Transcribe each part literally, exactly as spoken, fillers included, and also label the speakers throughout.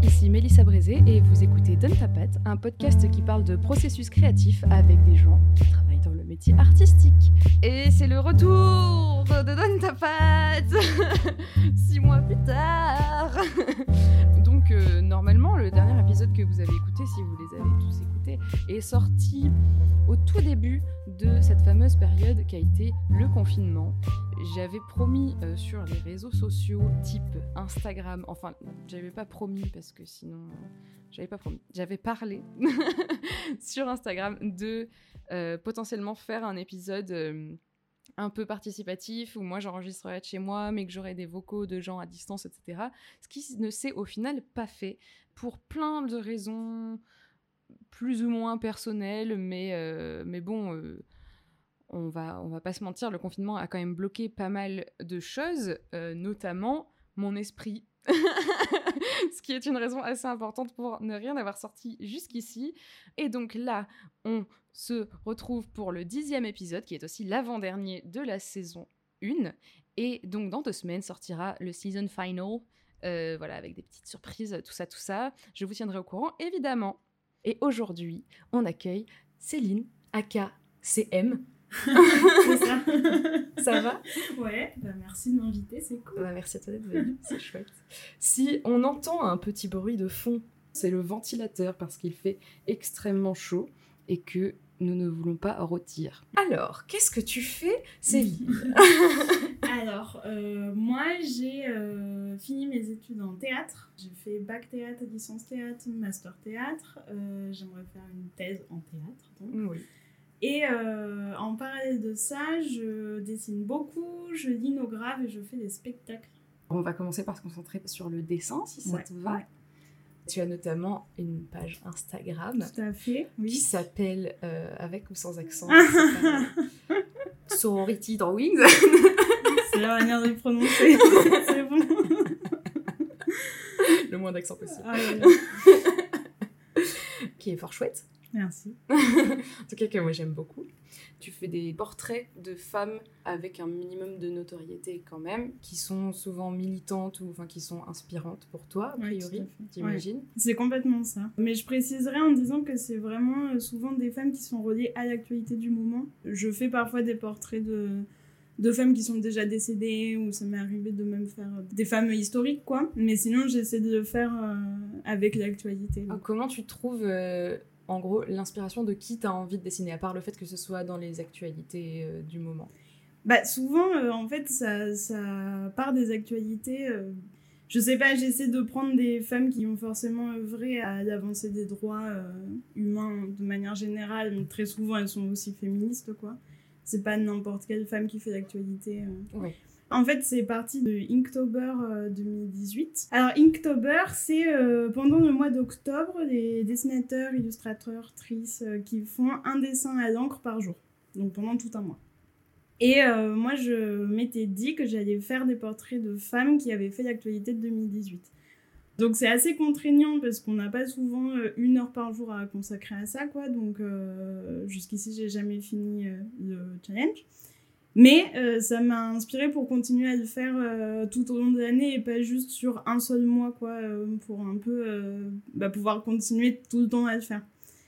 Speaker 1: ici Mélissa Brézé et vous écoutez Donne ta patte, un podcast qui parle de processus créatif avec des gens qui travaillent dans le métier artistique. Et c'est le retour de Donne ta patte six mois plus tard. Donc euh, normalement, le dernier épisode que vous avez écouté, si vous les avez tous écoutés, est sorti au tout début de cette fameuse période qui a été le confinement. J'avais promis euh, sur les réseaux sociaux type Instagram, enfin j'avais pas promis parce que sinon euh, j'avais pas promis, j'avais parlé sur Instagram de euh, potentiellement faire un épisode euh, un peu participatif où moi j'enregistrerais de chez moi mais que j'aurais des vocaux de gens à distance, et cetera. Ce qui ne s'est au final pas fait pour plein de raisons plus ou moins personnelles, mais, euh, mais bon... Euh, On va, on va pas se mentir, le confinement a quand même bloqué pas mal de choses, euh, notamment mon esprit. Ce qui est une raison assez importante pour ne rien avoir sorti jusqu'ici. Et donc là, on se retrouve pour le dixième épisode, qui est aussi l'avant-dernier de la saison un. Et donc dans deux semaines sortira le season final, euh, voilà, avec des petites surprises, tout ça, tout ça. Je vous tiendrai au courant, évidemment. Et aujourd'hui, on accueille Céline, aka C M.
Speaker 2: C'est ça.
Speaker 1: Ça va ?
Speaker 2: Ouais, bah merci de m'inviter, c'est cool.
Speaker 1: Bah merci à toi d'être venue, c'est chouette. Si on entend un petit bruit de fond, c'est le ventilateur parce qu'il fait extrêmement chaud et que nous ne voulons pas rôtir. Alors, qu'est-ce que tu fais, Céline ?
Speaker 2: Alors, euh, moi j'ai euh, fini mes études en théâtre. J'ai fait bac théâtre, licence théâtre, master théâtre. Euh, j'aimerais faire une thèse en théâtre. Donc.
Speaker 1: Oui.
Speaker 2: Et euh, en parallèle de ça, je dessine beaucoup, je linographe et je fais des spectacles.
Speaker 1: On va commencer par se concentrer sur le dessin, si ça
Speaker 2: ouais,
Speaker 1: te va.
Speaker 2: Ouais.
Speaker 1: Tu as notamment une page Instagram
Speaker 2: Tout à fait, oui.
Speaker 1: qui s'appelle, euh, avec ou sans accent, euh, Sorority Drawings.
Speaker 2: C'est la manière de le prononcer, c'est bon.
Speaker 1: Le moins d'accent possible.
Speaker 2: Ah, ouais, ouais.
Speaker 1: Qui est fort chouette.
Speaker 2: Merci.
Speaker 1: En tout cas, que moi j'aime beaucoup. Tu fais des portraits de femmes avec un minimum de notoriété quand même, qui sont souvent militantes ou enfin qui sont inspirantes pour toi, a priori,
Speaker 2: ouais,
Speaker 1: t'imagines ?
Speaker 2: Ouais. C'est complètement ça. Mais je préciserai en disant que c'est vraiment souvent des femmes qui sont reliées à l'actualité du moment. Je fais parfois des portraits de, de femmes qui sont déjà décédées, ou ça m'est arrivé de même faire des femmes historiques, quoi. Mais sinon, j'essaie de le faire euh, avec l'actualité. Donc.
Speaker 1: Comment tu trouves... Euh... En gros, l'inspiration de qui t'as envie de dessiner, à part le fait que ce soit dans les actualités euh, du moment ?
Speaker 2: Bah, souvent, euh, en fait, ça, ça part des actualités. Euh, je sais pas, j'essaie de prendre des femmes qui ont forcément œuvré à l'avancée des droits euh, humains de manière générale, mais très souvent, elles sont aussi féministes, quoi. C'est pas n'importe quelle femme qui fait l'actualité. Euh.
Speaker 1: Oui.
Speaker 2: En fait, c'est parti de Inktober euh, deux mille dix-huit. Alors, Inktober, c'est euh, pendant le mois d'octobre, les dessinateurs, illustrateurs, tristes euh, qui font un dessin à l'encre par jour. Donc, pendant tout un mois. Et euh, moi, je m'étais dit que j'allais faire des portraits de femmes qui avaient fait l'actualité de deux mille dix-huit. Donc, c'est assez contraignant parce qu'on n'a pas souvent euh, une heure par jour à consacrer à ça, quoi. Donc, euh, jusqu'ici, j'ai jamais fini euh, le challenge. Mais euh, ça m'a inspirée pour continuer à le faire euh, tout au long de l'année et pas juste sur un seul mois, quoi, euh, pour un peu euh, bah, pouvoir continuer tout le temps à le faire.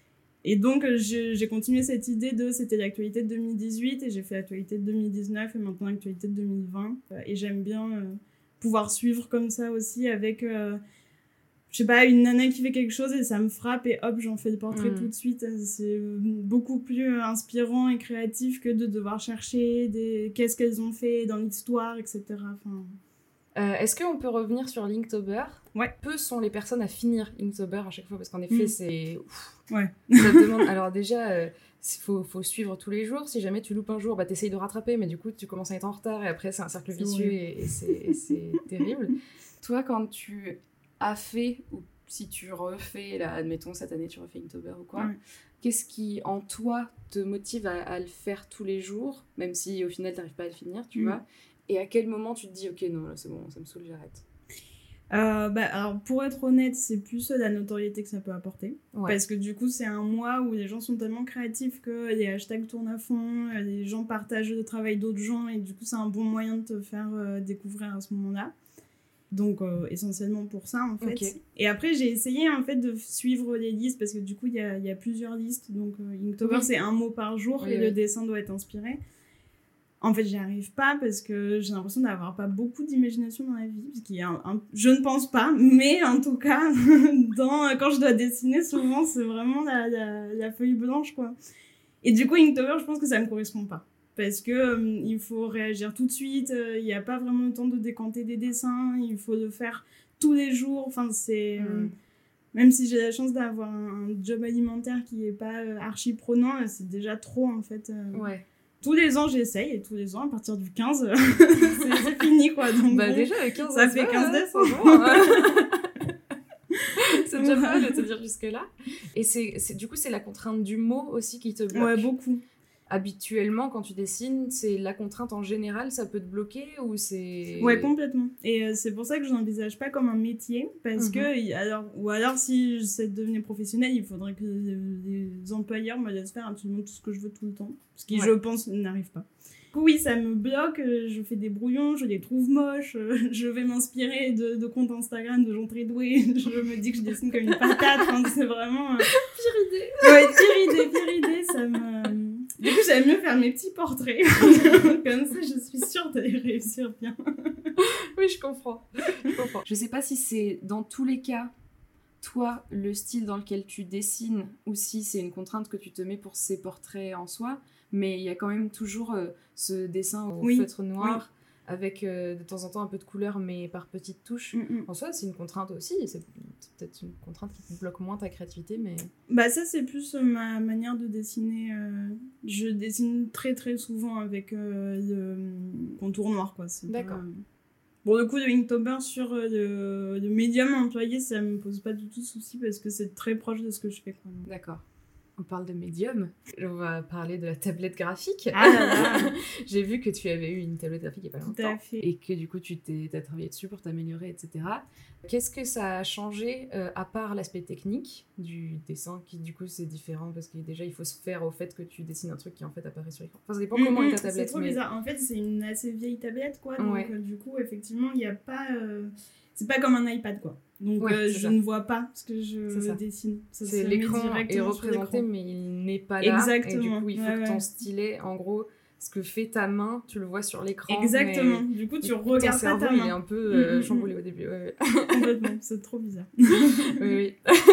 Speaker 2: Et donc, euh, j'ai, j'ai continué cette idée de... C'était l'actualité de deux mille dix-huit et j'ai fait l'actualité de deux mille dix-neuf et maintenant l'actualité de deux mille vingt. Euh, et j'aime bien euh, pouvoir suivre comme ça aussi avec... Euh, je sais pas, une nana qui fait quelque chose et ça me frappe et hop, j'en fais le portrait mmh. tout de suite. C'est beaucoup plus inspirant et créatif que de devoir chercher des... qu'est-ce qu'elles ont fait dans l'histoire, et cetera. Enfin...
Speaker 1: Euh, est-ce qu'on peut revenir sur Inktober ?
Speaker 2: Ouais.
Speaker 1: Peu sont les personnes à finir Inktober à chaque fois, parce qu'en effet, mmh. c'est... Ouf.
Speaker 2: Ouais.
Speaker 1: Ça te demande... Alors déjà, il euh, faut, faut suivre tous les jours. Si jamais tu loupes un jour, bah, t'essayes de rattraper, mais du coup, tu commences à être en retard et après, c'est un cercle vicieux et, et, c'est, et c'est terrible. Toi, quand tu... a fait, ou si tu refais, là, admettons, cette année, tu refais Inktober ou quoi, ouais. Qu'est-ce qui, en toi, te motive à, à le faire tous les jours, même si, au final, t'arrives pas à le finir, tu mmh. vois, et à quel moment tu te dis, ok, non, là, c'est bon, ça me saoule, j'arrête.
Speaker 2: Euh, bah, alors, pour être honnête, c'est plus la notoriété que ça peut apporter. Ouais. Parce que du coup, c'est un mois où les gens sont tellement créatifs que les hashtags tournent à fond, les gens partagent le travail d'autres gens, et du coup, c'est un bon moyen de te faire euh, découvrir à ce moment-là. Donc, euh, essentiellement pour ça, en fait.
Speaker 3: Okay.
Speaker 2: Et après, j'ai essayé, en fait, de suivre les listes, parce que du coup, il y a, y a plusieurs listes. Donc, euh, Inktober, oui. c'est un mot par jour, oui, et oui. le dessin doit être inspiré. En fait, j'y arrive pas, parce que j'ai l'impression d'avoir pas beaucoup d'imagination dans la vie. Parce qu'il y a un, un... Je ne pense pas, mais en tout cas, dans... quand je dois dessiner, souvent, c'est vraiment la, la, la feuille blanche, quoi. Et du coup, Inktober, je pense que ça me correspond pas. Parce que euh, il faut réagir tout de suite, il euh, n'y a pas vraiment le temps de décanter des dessins, il faut le faire tous les jours. Enfin, c'est... Euh, mm. Même si j'ai la chance d'avoir un, un job alimentaire qui n'est pas euh, archi prenant, c'est déjà trop, en fait. Euh.
Speaker 3: Ouais.
Speaker 2: Tous les ans, j'essaye, et tous les ans, à partir du quinze, euh, c'est, c'est fini, quoi. Donc,
Speaker 3: bah
Speaker 2: bon,
Speaker 3: déjà, le quinze,
Speaker 2: ça fait quinze dessins.
Speaker 3: C'est déjà pas mal de te dire jusque-là. Et c'est, c'est, du coup, c'est la contrainte du mot aussi qui te bloque.
Speaker 2: Ouais, beaucoup.
Speaker 3: Habituellement, quand tu dessines, c'est la contrainte en général, ça peut te bloquer ou c'est...
Speaker 2: Ouais, complètement. Et euh, c'est pour ça que je n'envisage pas comme un métier, parce mm-hmm. que, alors, ou alors si j'essaie de devenir professionnelle, il faudrait que les, les employeurs me laissent faire absolument tout ce que je veux tout le temps, ce qui, ouais. je pense, n'arrive pas. Oui, ça me bloque, je fais des brouillons, je les trouve moches, je vais m'inspirer de, de comptes Instagram de gens très doués, je me dis que je dessine comme une patate, hein, c'est vraiment... Euh...
Speaker 3: Pire idée.
Speaker 2: Ouais, pire idée, pire idée, ça me... Du coup, j'aime mieux faire mes petits portraits, comme ça je suis sûre de les réussir bien.
Speaker 3: Oui, je comprends. je comprends. Je sais pas si c'est dans tous les cas, toi, le style dans lequel tu dessines, ou si c'est une contrainte que tu te mets pour ces portraits en soi, mais il y a quand même toujours euh, ce dessin au oui. feutre noir, oui. avec euh, de temps en temps un peu de couleur, mais par petites touches. Mm-hmm. En soi, c'est une contrainte aussi, c'est, c'est peut-être une contrainte qui te bloque moins ta créativité, mais...
Speaker 2: Bah ça, c'est plus euh, ma manière de dessiner. Euh... Je dessine très très souvent avec euh, le contour noir, quoi. C'est
Speaker 3: D'accord.
Speaker 2: Pas, euh... Pour le coup, le Inktober sur euh, le, le médium employé, ça me pose pas du tout de souci, parce que c'est très proche de ce que je fais, quoi.
Speaker 3: D'accord. On parle de médium, on va parler de la tablette graphique.
Speaker 2: Ah là là.
Speaker 3: J'ai vu que tu avais eu une tablette graphique il n'y a pas longtemps.
Speaker 2: Tout à fait.
Speaker 3: Et que du coup, tu t'es, t'as travaillé dessus pour t'améliorer, et cetera. Qu'est-ce que ça a changé, euh, à part l'aspect technique du dessin, qui du coup, c'est différent, parce que déjà, il faut se faire au fait que tu dessines un truc qui en fait apparaît sur l'écran. Enfin, ça dépend mmh, comment est ta tablette.
Speaker 2: C'est trop
Speaker 3: mais...
Speaker 2: bizarre. En fait, c'est une assez vieille tablette, quoi. Donc,
Speaker 3: ouais.
Speaker 2: euh, du coup, effectivement, il n'y a pas... Euh... C'est pas comme un iPad, quoi. Donc, ouais, euh, je ça. ne vois pas ce que je dessine. Ça
Speaker 3: c'est l'écran est représenté, mais il n'est pas là.
Speaker 2: Exactement.
Speaker 3: Et du coup, il faut
Speaker 2: ouais,
Speaker 3: que
Speaker 2: ouais.
Speaker 3: ton stylet, en gros, ce que fait ta main, tu le vois sur l'écran.
Speaker 2: Exactement.
Speaker 3: Mais...
Speaker 2: Du coup, tu
Speaker 3: du coup,
Speaker 2: regardes
Speaker 3: ton
Speaker 2: pas ta
Speaker 3: cerveau,
Speaker 2: main.
Speaker 3: il est un peu euh, chamboulé au début. Ouais,
Speaker 2: ouais. Complètement. C'est trop bizarre.
Speaker 3: oui, oui.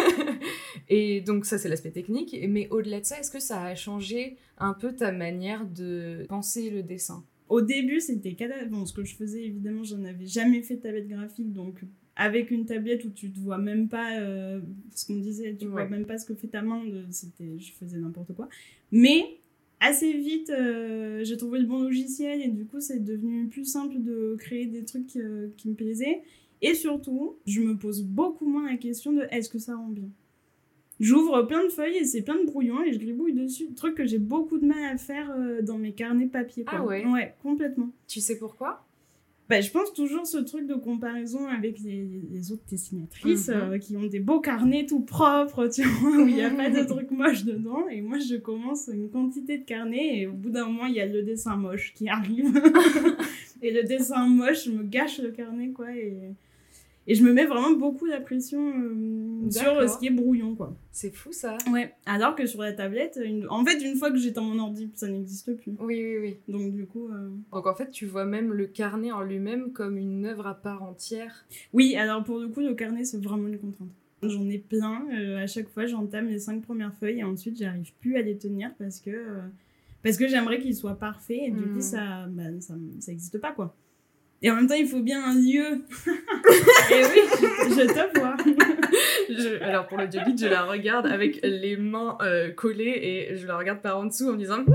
Speaker 3: Et donc, ça, c'est l'aspect technique. Mais au-delà de ça, est-ce que ça a changé un peu ta manière de penser le dessin ?
Speaker 2: Au début, c'était catastrophique. Bon, ce que je faisais, évidemment, je n'avais jamais fait de tablette graphique, donc avec une tablette où tu ne vois même pas euh, ce qu'on disait, tu ne ouais. vois même pas ce que fait ta main, de, c'était, je faisais n'importe quoi. Mais assez vite, euh, j'ai trouvé le bon logiciel et du coup, c'est devenu plus simple de créer des trucs euh, qui me plaisaient. Et surtout, je me pose beaucoup moins la question de est-ce que ça rend bien. J'ouvre plein de feuilles et c'est plein de brouillons et je gribouille dessus. Truc que j'ai beaucoup de mal à faire euh, dans mes carnets papier, quoi.
Speaker 3: Ah ouais ?
Speaker 2: Ouais, complètement.
Speaker 3: Tu sais pourquoi ?
Speaker 2: Bah, je pense toujours ce truc de comparaison avec les, les autres dessinatrices mm-hmm. euh, qui ont des beaux carnets tout propres, tu vois, où il n'y a pas de trucs moches dedans. Et moi, je commence une quantité de carnets et au bout d'un moment, il y a le dessin moche qui arrive. Et le dessin moche me gâche le carnet, quoi. Et... Et je me mets vraiment beaucoup la pression euh, sur ce qui est brouillon, quoi.
Speaker 3: C'est fou, ça.
Speaker 2: Ouais. Alors que sur la tablette, une... en fait, une fois que j'éteins mon ordi, ça n'existe plus.
Speaker 3: Oui, oui, oui.
Speaker 2: Donc, du coup... Euh...
Speaker 3: Donc, en fait, tu vois même le carnet en lui-même comme une œuvre à part entière.
Speaker 2: Oui, alors pour le coup, le carnet, c'est vraiment une contrainte. J'en ai plein. Euh, à chaque fois, j'entame les cinq premières feuilles et ensuite, j'arrive plus à les tenir parce que, euh... parce que j'aimerais qu'ils soient parfaits et du mmh. coup, ça, bah, ça, ça existe pas, quoi. Et en même temps, il faut bien un lieu. Et oui, je, je te vois.
Speaker 3: je, alors, pour le Diobit, je la regarde avec les mains euh, collées et je la regarde par en dessous en me disant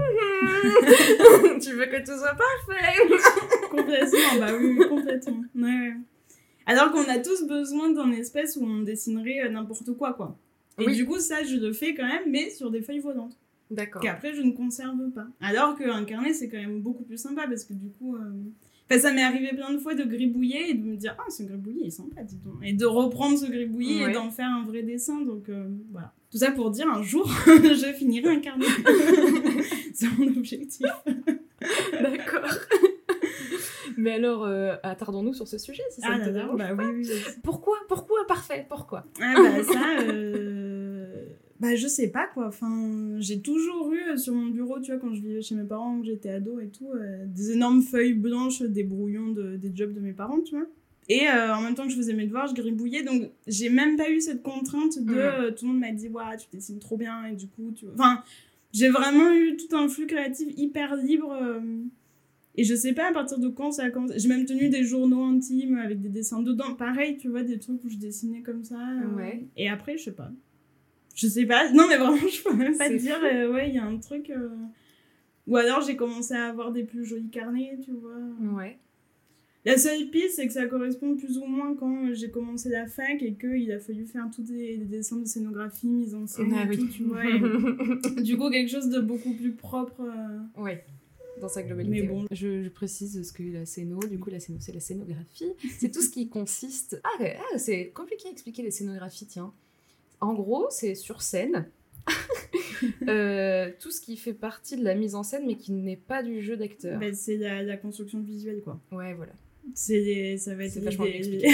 Speaker 3: tu veux que tout soit parfait.
Speaker 2: Complètement, bah oui, oui complètement. Ouais. Alors qu'on a tous besoin d'un espace où on dessinerait n'importe quoi, quoi. Et oui. du coup, ça, je le fais quand même, mais sur des feuilles volantes.
Speaker 3: D'accord.
Speaker 2: Qu'après, je ne conserve pas. Alors qu'un carnet, c'est quand même beaucoup plus sympa parce que du coup... Euh... Enfin, ça m'est arrivé plein de fois de gribouiller et de me dire « Ah, ce gribouillis est sympa, dis donc !» Et de reprendre ce gribouillis ouais. et d'en faire un vrai dessin. Donc, euh, voilà. Tout ça pour dire, un jour, je finirai un carnet. C'est mon objectif.
Speaker 3: D'accord. Mais alors, euh, attardons-nous sur ce sujet, si ça
Speaker 2: Ah
Speaker 3: ne te
Speaker 2: là là,
Speaker 3: dérange
Speaker 2: bah
Speaker 3: pas.
Speaker 2: oui, oui, oui.
Speaker 3: Pourquoi Pourquoi parfait Pourquoi
Speaker 2: Ah bah ça, euh... bah je sais pas quoi, enfin j'ai toujours eu sur mon bureau, tu vois, quand je vivais chez mes parents, quand j'étais ado et tout, euh, des énormes feuilles blanches, des brouillons de, des jobs de mes parents, tu vois. Et euh, en même temps que je faisais mes devoirs, je gribouillais, donc j'ai même pas eu cette contrainte de...
Speaker 3: Mmh.
Speaker 2: Euh, tout le monde m'a dit, ouais, tu dessines trop bien, et du coup, tu vois... Enfin, j'ai vraiment eu tout un flux créatif hyper libre... Euh... Et je sais pas à partir de quand ça a commencé. J'ai même tenu des journaux intimes avec des dessins dedans. Pareil, tu vois, des trucs où je dessinais comme ça. Euh...
Speaker 3: Ouais.
Speaker 2: Et après, je sais pas. Je sais pas. Non, mais vraiment, je peux même pas te
Speaker 3: C'est
Speaker 2: dire. Euh, ouais, il y a un truc... Euh... Ou alors, j'ai commencé à avoir des plus jolis carnets, tu vois.
Speaker 3: Ouais.
Speaker 2: La seule piste, c'est que ça correspond plus ou moins quand j'ai commencé la fac et qu'il a fallu faire tous des, des dessins de scénographie, mise en scène
Speaker 3: Ah
Speaker 2: et
Speaker 3: oui.
Speaker 2: tout, tu vois. Et... du coup, quelque chose de beaucoup plus propre... Euh...
Speaker 3: Ouais. Dans sa globalité.
Speaker 2: Mais bon.
Speaker 3: Ouais. Je, je précise ce que la scéno, du coup la scéno c'est la scénographie, c'est tout ce qui consiste... Ah, ah c'est compliqué à expliquer les scénographies, tiens. En gros, c'est sur scène, euh, tout ce qui fait partie de la mise en scène mais qui n'est pas du jeu d'acteur.
Speaker 2: Bah, c'est la, la construction visuelle, quoi.
Speaker 3: Ouais, voilà.
Speaker 2: C'est des, ça va être
Speaker 3: C'est vachement
Speaker 2: des...
Speaker 3: bien expliqué.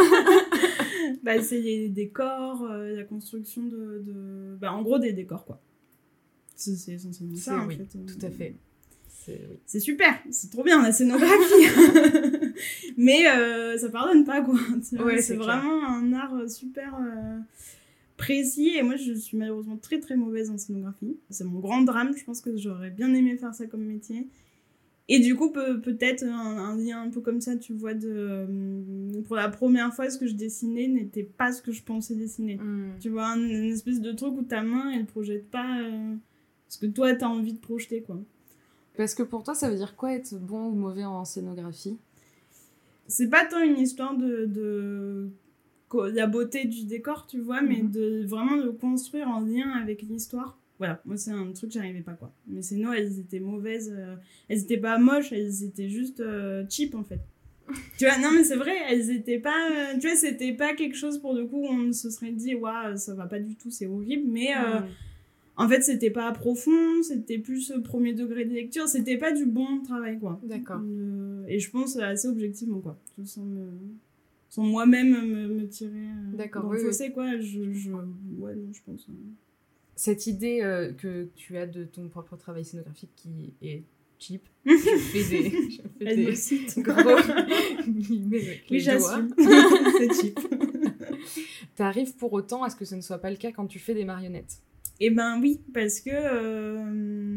Speaker 2: bah, c'est les décors, euh, la construction de, de... Bah, en gros, des décors, quoi. C'est, c'est essentiellement ça, en
Speaker 3: oui,
Speaker 2: fait.
Speaker 3: Tout à fait. C'est, oui.
Speaker 2: C'est super, c'est trop bien la scénographie. Mais euh, ça pardonne pas, quoi.
Speaker 3: Ouais,
Speaker 2: c'est
Speaker 3: c'est
Speaker 2: vraiment un art super euh, précis. Et moi, je suis malheureusement très très mauvaise en scénographie. C'est mon grand drame. Je pense que j'aurais bien aimé faire ça comme métier. Et du coup, peut, peut-être un, un lien un peu comme ça, tu vois, de, euh, pour la première fois, ce que je dessinais n'était pas ce que je pensais dessiner.
Speaker 3: Mm.
Speaker 2: Tu vois, un, une espèce de truc où ta main, elle projette pas euh, ce que toi, t'as envie de projeter, quoi.
Speaker 3: Parce que pour toi, ça veut dire quoi être bon ou mauvais en scénographie ?
Speaker 2: C'est pas tant une histoire de, de la beauté du décor, tu vois, mais
Speaker 3: Mhm.
Speaker 2: de vraiment de construire en lien avec l'histoire. Voilà, moi c'est un truc que j'arrivais pas, quoi. Mais ces noix, elles étaient mauvaises, euh, elles étaient pas moches, elles étaient juste euh, cheap en fait. Tu vois, non mais c'est vrai, elles étaient pas, euh, tu vois, c'était pas quelque chose pour le coup où on se serait dit, waouh, ça va pas du tout, c'est horrible, mais euh,
Speaker 3: Mm.
Speaker 2: en fait c'était pas profond, c'était plus euh, premier degré de lecture, c'était pas du bon travail, quoi.
Speaker 3: D'accord.
Speaker 2: Euh, et je pense assez objectivement, quoi, tout sans me... sans moi-même me, me tirer euh,
Speaker 3: D'accord,
Speaker 2: dans
Speaker 3: oui,
Speaker 2: le
Speaker 3: oui.
Speaker 2: fossé, quoi, je, je... ouais, non, je pense... euh,
Speaker 3: Cette idée euh, que tu as de ton propre travail scénographique qui est cheap, je fais des, je fais
Speaker 2: Elle
Speaker 3: des
Speaker 2: me cite.
Speaker 3: gros guillemets avec
Speaker 2: Oui,
Speaker 3: les doigts.
Speaker 2: j'assume. C'est cheap.
Speaker 3: T'arrives pour autant à ce que ce ne soit pas le cas quand tu fais des marionnettes.
Speaker 2: Eh ben oui, parce que... Euh...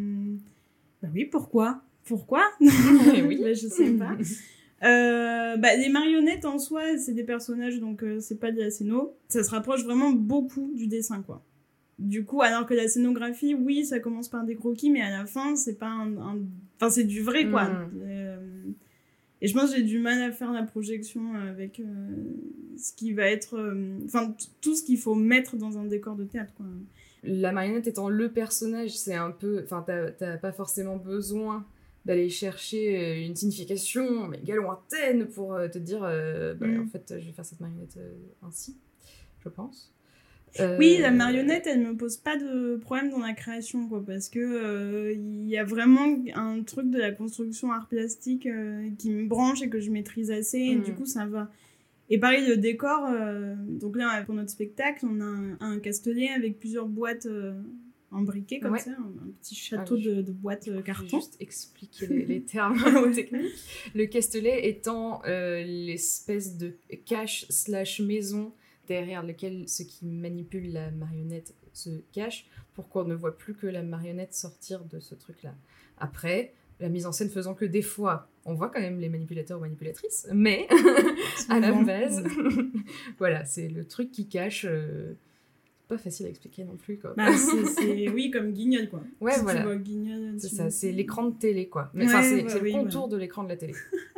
Speaker 2: Ben oui, pourquoi Pourquoi
Speaker 3: Eh oui.
Speaker 2: Ben, je sais pas. Euh, bah, les marionnettes en soi, c'est des personnages, donc euh, c'est pas de la scéno. Ça se rapproche vraiment beaucoup du dessin, quoi. Du coup, alors que la scénographie, oui, ça commence par des croquis, mais à la fin, c'est pas un... un... Enfin, c'est du vrai, quoi.
Speaker 3: Mm.
Speaker 2: Euh... Et je pense que j'ai du mal à faire la projection avec euh, ce qui va être... euh, Enfin, t- tout ce qu'il faut mettre dans un décor de théâtre, quoi.
Speaker 3: La marionnette étant le personnage, c'est un peu... Enfin, t'as, t'as pas forcément besoin d'aller chercher euh, une signification méga lointaine pour euh, te dire euh, bah,
Speaker 2: Mm.
Speaker 3: en fait, je vais faire cette marionnette euh, ainsi, je pense. Euh,
Speaker 2: Oui, la marionnette, elle me pose pas de problème dans la création, quoi, parce que euh, il y a vraiment un truc de la construction art plastique euh, qui me branche et que je maîtrise assez, et
Speaker 3: Mm.
Speaker 2: du coup, ça va. Et pareil, le décor, euh, donc là, pour notre spectacle, on a un, un castelet avec plusieurs boîtes euh, en briquet, comme
Speaker 3: Ouais.
Speaker 2: ça, un, un petit château
Speaker 3: Ah, je-
Speaker 2: de, de boîtes euh,
Speaker 3: Je vais
Speaker 2: carton.
Speaker 3: juste expliquer les, les termes
Speaker 2: Ouais.
Speaker 3: techniques. Le castelet étant euh, l'espèce de cache slash maison derrière lequel ceux qui manipulent la marionnette se cachent pour qu'on ne voit plus que la marionnette sortir de ce truc-là. Après, la mise en scène faisant que des fois, on voit quand même les manipulateurs ou manipulatrices, mais à la
Speaker 2: Souvent.
Speaker 3: base, voilà, c'est le truc qui cache... euh, pas facile à expliquer non plus, quoi.
Speaker 2: Bah, c'est, c'est- oui, comme Guignol, quoi.
Speaker 3: Ouais,
Speaker 2: Si
Speaker 3: voilà.
Speaker 2: tu vois Guignol,
Speaker 3: C'est
Speaker 2: tu-
Speaker 3: ça, c'est l'écran de télé, quoi. Mais,
Speaker 2: Ouais,
Speaker 3: enfin, c'est,
Speaker 2: bah
Speaker 3: c'est
Speaker 2: oui,
Speaker 3: le contour
Speaker 2: voilà.
Speaker 3: de l'écran de la télé.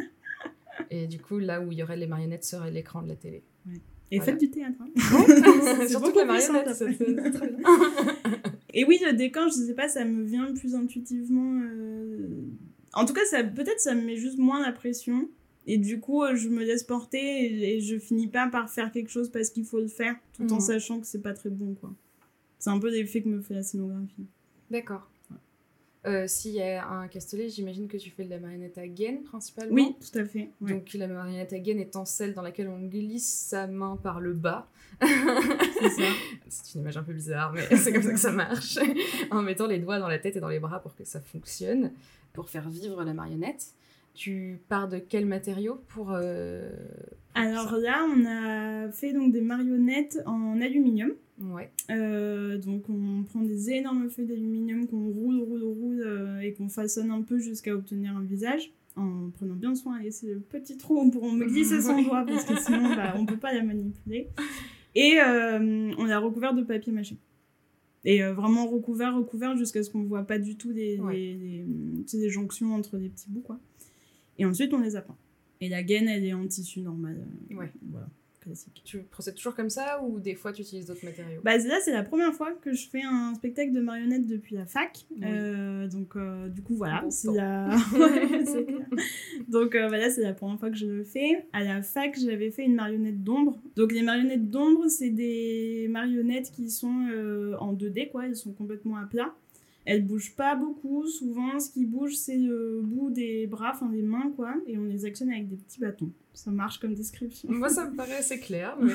Speaker 3: Et du coup, là où il y aurait les marionnettes serait l'écran de la télé.
Speaker 2: Et
Speaker 3: Voilà.
Speaker 2: faites du théâtre. Hein.
Speaker 3: C'est surtout
Speaker 2: beaucoup
Speaker 3: que la
Speaker 2: plus simple
Speaker 3: marionnette, c'est,
Speaker 2: après.
Speaker 3: c'est- c'est très bien.
Speaker 2: Et oui, le décor, je sais pas, ça me vient plus intuitivement. euh, En tout cas, ça, peut-être ça me met juste moins la pression. Et du coup, euh, je me laisse porter et, et je finis pas par faire quelque chose parce qu'il faut le faire, tout en
Speaker 3: Mhm.
Speaker 2: sachant que c'est pas très bon, quoi. C'est un peu l'effet que me fait la scénographie.
Speaker 3: D'accord. Euh, S'il y a un Castellet, j'imagine que tu fais de la marionnette à gaine principalement.
Speaker 2: Oui, tout à fait. Ouais.
Speaker 3: Donc la marionnette à gaine étant celle dans laquelle on glisse sa main par le bas.
Speaker 2: C'est ça.
Speaker 3: C'est une image un peu bizarre, mais c'est comme ça que ça marche. En mettant les doigts dans la tête et dans les bras pour que ça fonctionne, pour faire vivre la marionnette. Tu pars de quel matériau pour... Euh...
Speaker 2: Alors là, on a fait donc des marionnettes en aluminium.
Speaker 3: Ouais.
Speaker 2: Euh, donc on prend des énormes feuilles d'aluminium qu'on roule, roule, roule euh, et qu'on façonne un peu jusqu'à obtenir un visage, en prenant bien soin à laisser le petit trou pour me glisser son doigt parce que sinon bah, on peut pas la manipuler. Et euh, on l'a recouvert de papier mâché. Et euh, vraiment recouvert, recouvert jusqu'à ce qu'on voit pas du tout des,
Speaker 3: ouais.
Speaker 2: des, des, des, des jonctions entre des petits bouts, quoi. Et ensuite on les a peints. Et la gaine, elle est en tissu normal. Euh,
Speaker 3: ouais.
Speaker 2: Voilà. Classique.
Speaker 3: Tu procèdes toujours comme ça ou des fois tu utilises d'autres matériaux?
Speaker 2: Bah là c'est la première fois que je fais un spectacle de marionnettes depuis la fac,
Speaker 3: oui.
Speaker 2: euh, donc euh, du coup voilà,
Speaker 3: bon
Speaker 2: c'est la... ouais, c'est clair. Donc euh, voilà, c'est la première fois que je le fais. À la fac j'avais fait une marionnette d'ombre, donc les marionnettes d'ombre c'est des marionnettes qui sont euh, en deux D quoi, elles sont complètement à plat. Elles bougent pas beaucoup, souvent ce qui bouge c'est le bout des bras, enfin des mains quoi, et on les actionne avec des petits bâtons. Ça marche comme description.
Speaker 3: Moi ça me paraît assez clair. Mais...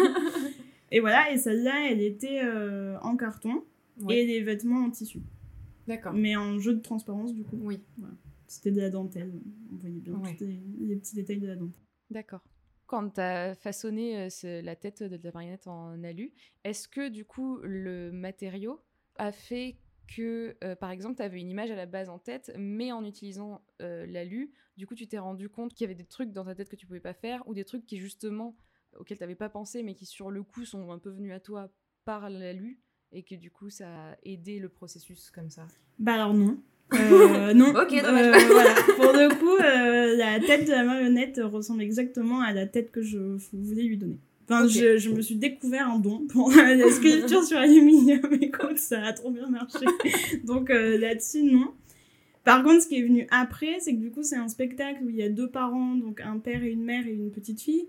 Speaker 2: et voilà, et celle-là elle était euh, en carton ouais. et les vêtements en tissu.
Speaker 3: D'accord.
Speaker 2: Mais en jeu de transparence du coup.
Speaker 3: Oui.
Speaker 2: Voilà. C'était de la dentelle, on voyait bien
Speaker 3: ouais.
Speaker 2: tous les, les petits détails de la dentelle.
Speaker 1: D'accord. Quand tu as façonné euh, la tête de la marionnette en alu, est-ce que du coup le matériau a fait que, euh, par exemple, tu avais une image à la base en tête, mais en utilisant euh, l'alu, du coup, tu t'es rendu compte qu'il y avait des trucs dans ta tête que tu pouvais pas faire, ou des trucs qui, justement, auxquels tu n'avais pas pensé, mais qui, sur le coup, sont un peu venus à toi par l'alu, et que, du coup, ça a aidé le processus comme ça?
Speaker 2: Bah alors non. Euh, non.
Speaker 3: Ok, dommage.
Speaker 2: Euh, voilà. Pour le coup, euh, la tête de la marionnette ressemble exactement à la tête que je voulais lui donner. Enfin, okay. je, je me suis découvert un don pour la sculpture sur aluminium. Écoute, ça a trop bien marché. Donc euh, là-dessus, non. Par contre, ce qui est venu après, c'est que du coup, c'est un spectacle où il y a deux parents, donc un père et une mère et une petite fille.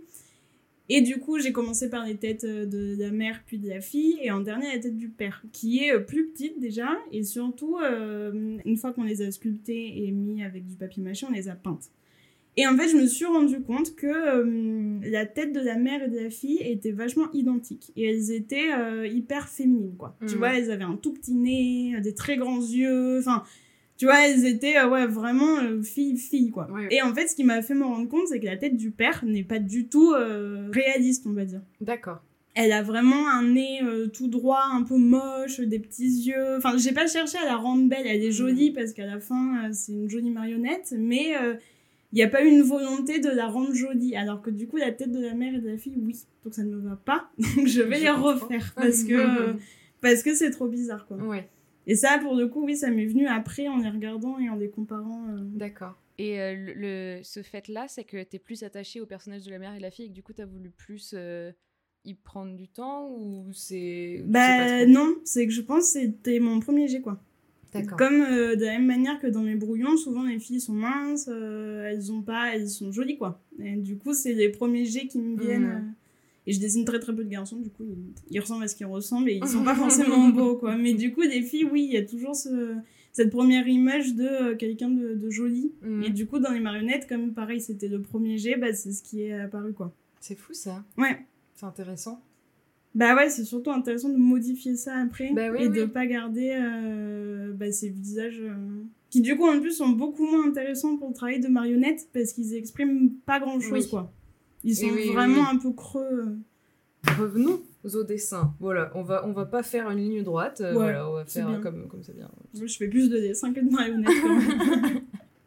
Speaker 2: Et du coup, j'ai commencé par les têtes de la mère puis de la fille, et en dernier, la tête du père, qui est plus petite déjà, et surtout, euh, une fois qu'on les a sculptées et mis avec du papier mâché, on les a peintes. Et en fait, je me suis rendu compte que euh, la tête de la mère et de la fille étaient vachement identiques. Et elles étaient euh, hyper féminines, quoi. Mmh. Tu vois, elles avaient un tout petit nez, des très grands yeux, enfin... Tu vois, elles étaient euh, ouais, vraiment euh, fille-fille, quoi. Oui, oui. Et en fait, ce qui m'a fait me rendre compte, c'est que la tête du père n'est pas du tout euh, réaliste, on va dire.
Speaker 3: D'accord.
Speaker 2: Elle a vraiment un nez euh, tout droit, un peu moche, des petits yeux... Enfin, j'ai pas cherché à la rendre belle, elle est jolie, parce qu'à la fin, euh, c'est une jolie marionnette, mais... Euh, il n'y a pas eu une volonté de la rendre jolie, alors que du coup, la tête de la mère et de la fille, oui. Donc ça ne me va pas, donc je vais je les refaire, parce que, euh, parce que c'est trop bizarre, quoi.
Speaker 3: Ouais.
Speaker 2: Et ça, pour le coup, oui, ça m'est venu après, en les regardant et en les comparant. Euh...
Speaker 1: D'accord. Et euh, le, le, ce fait-là, c'est que t'es plus attachée au personnage de la mère et de la fille, et que du coup, t'as voulu plus euh, y prendre du temps, ou c'est...
Speaker 2: Bah non, c'est que je pense que c'était mon premier jet, quoi.
Speaker 3: D'accord.
Speaker 2: Comme euh, de la même manière que dans mes brouillons, souvent les filles sont minces, euh, elles ont pas, elles sont jolies quoi. Et du coup, c'est les premiers jets qui me viennent. Mmh. Euh, et je dessine très très peu de garçons, du coup, ils, ils ressemblent à ce qu'ils ressemblent et ils sont pas forcément beaux quoi. Mais du coup, des filles, oui, il y a toujours ce, cette première image de euh, quelqu'un de, de joli. Mmh. Et du coup, dans les marionnettes, comme pareil, c'était le premier jet, bah, c'est ce qui est apparu quoi.
Speaker 3: C'est fou ça.
Speaker 2: Ouais.
Speaker 3: C'est intéressant.
Speaker 2: Bah ouais, c'est surtout intéressant de modifier ça après
Speaker 3: bah oui,
Speaker 2: et
Speaker 3: oui.
Speaker 2: de pas garder euh, bah, ces visages euh, qui du coup en plus sont beaucoup moins intéressants pour le travail de marionnette parce qu'ils expriment pas grand chose oui. quoi. Ils sont oui, vraiment oui, oui. un peu creux.
Speaker 3: Revenons au dessin. Voilà, on va on va pas faire une ligne droite. Euh, ouais, voilà, on va faire bien. comme comme ça vient.
Speaker 2: Moi, je fais plus de dessins que de marionnettes quand même.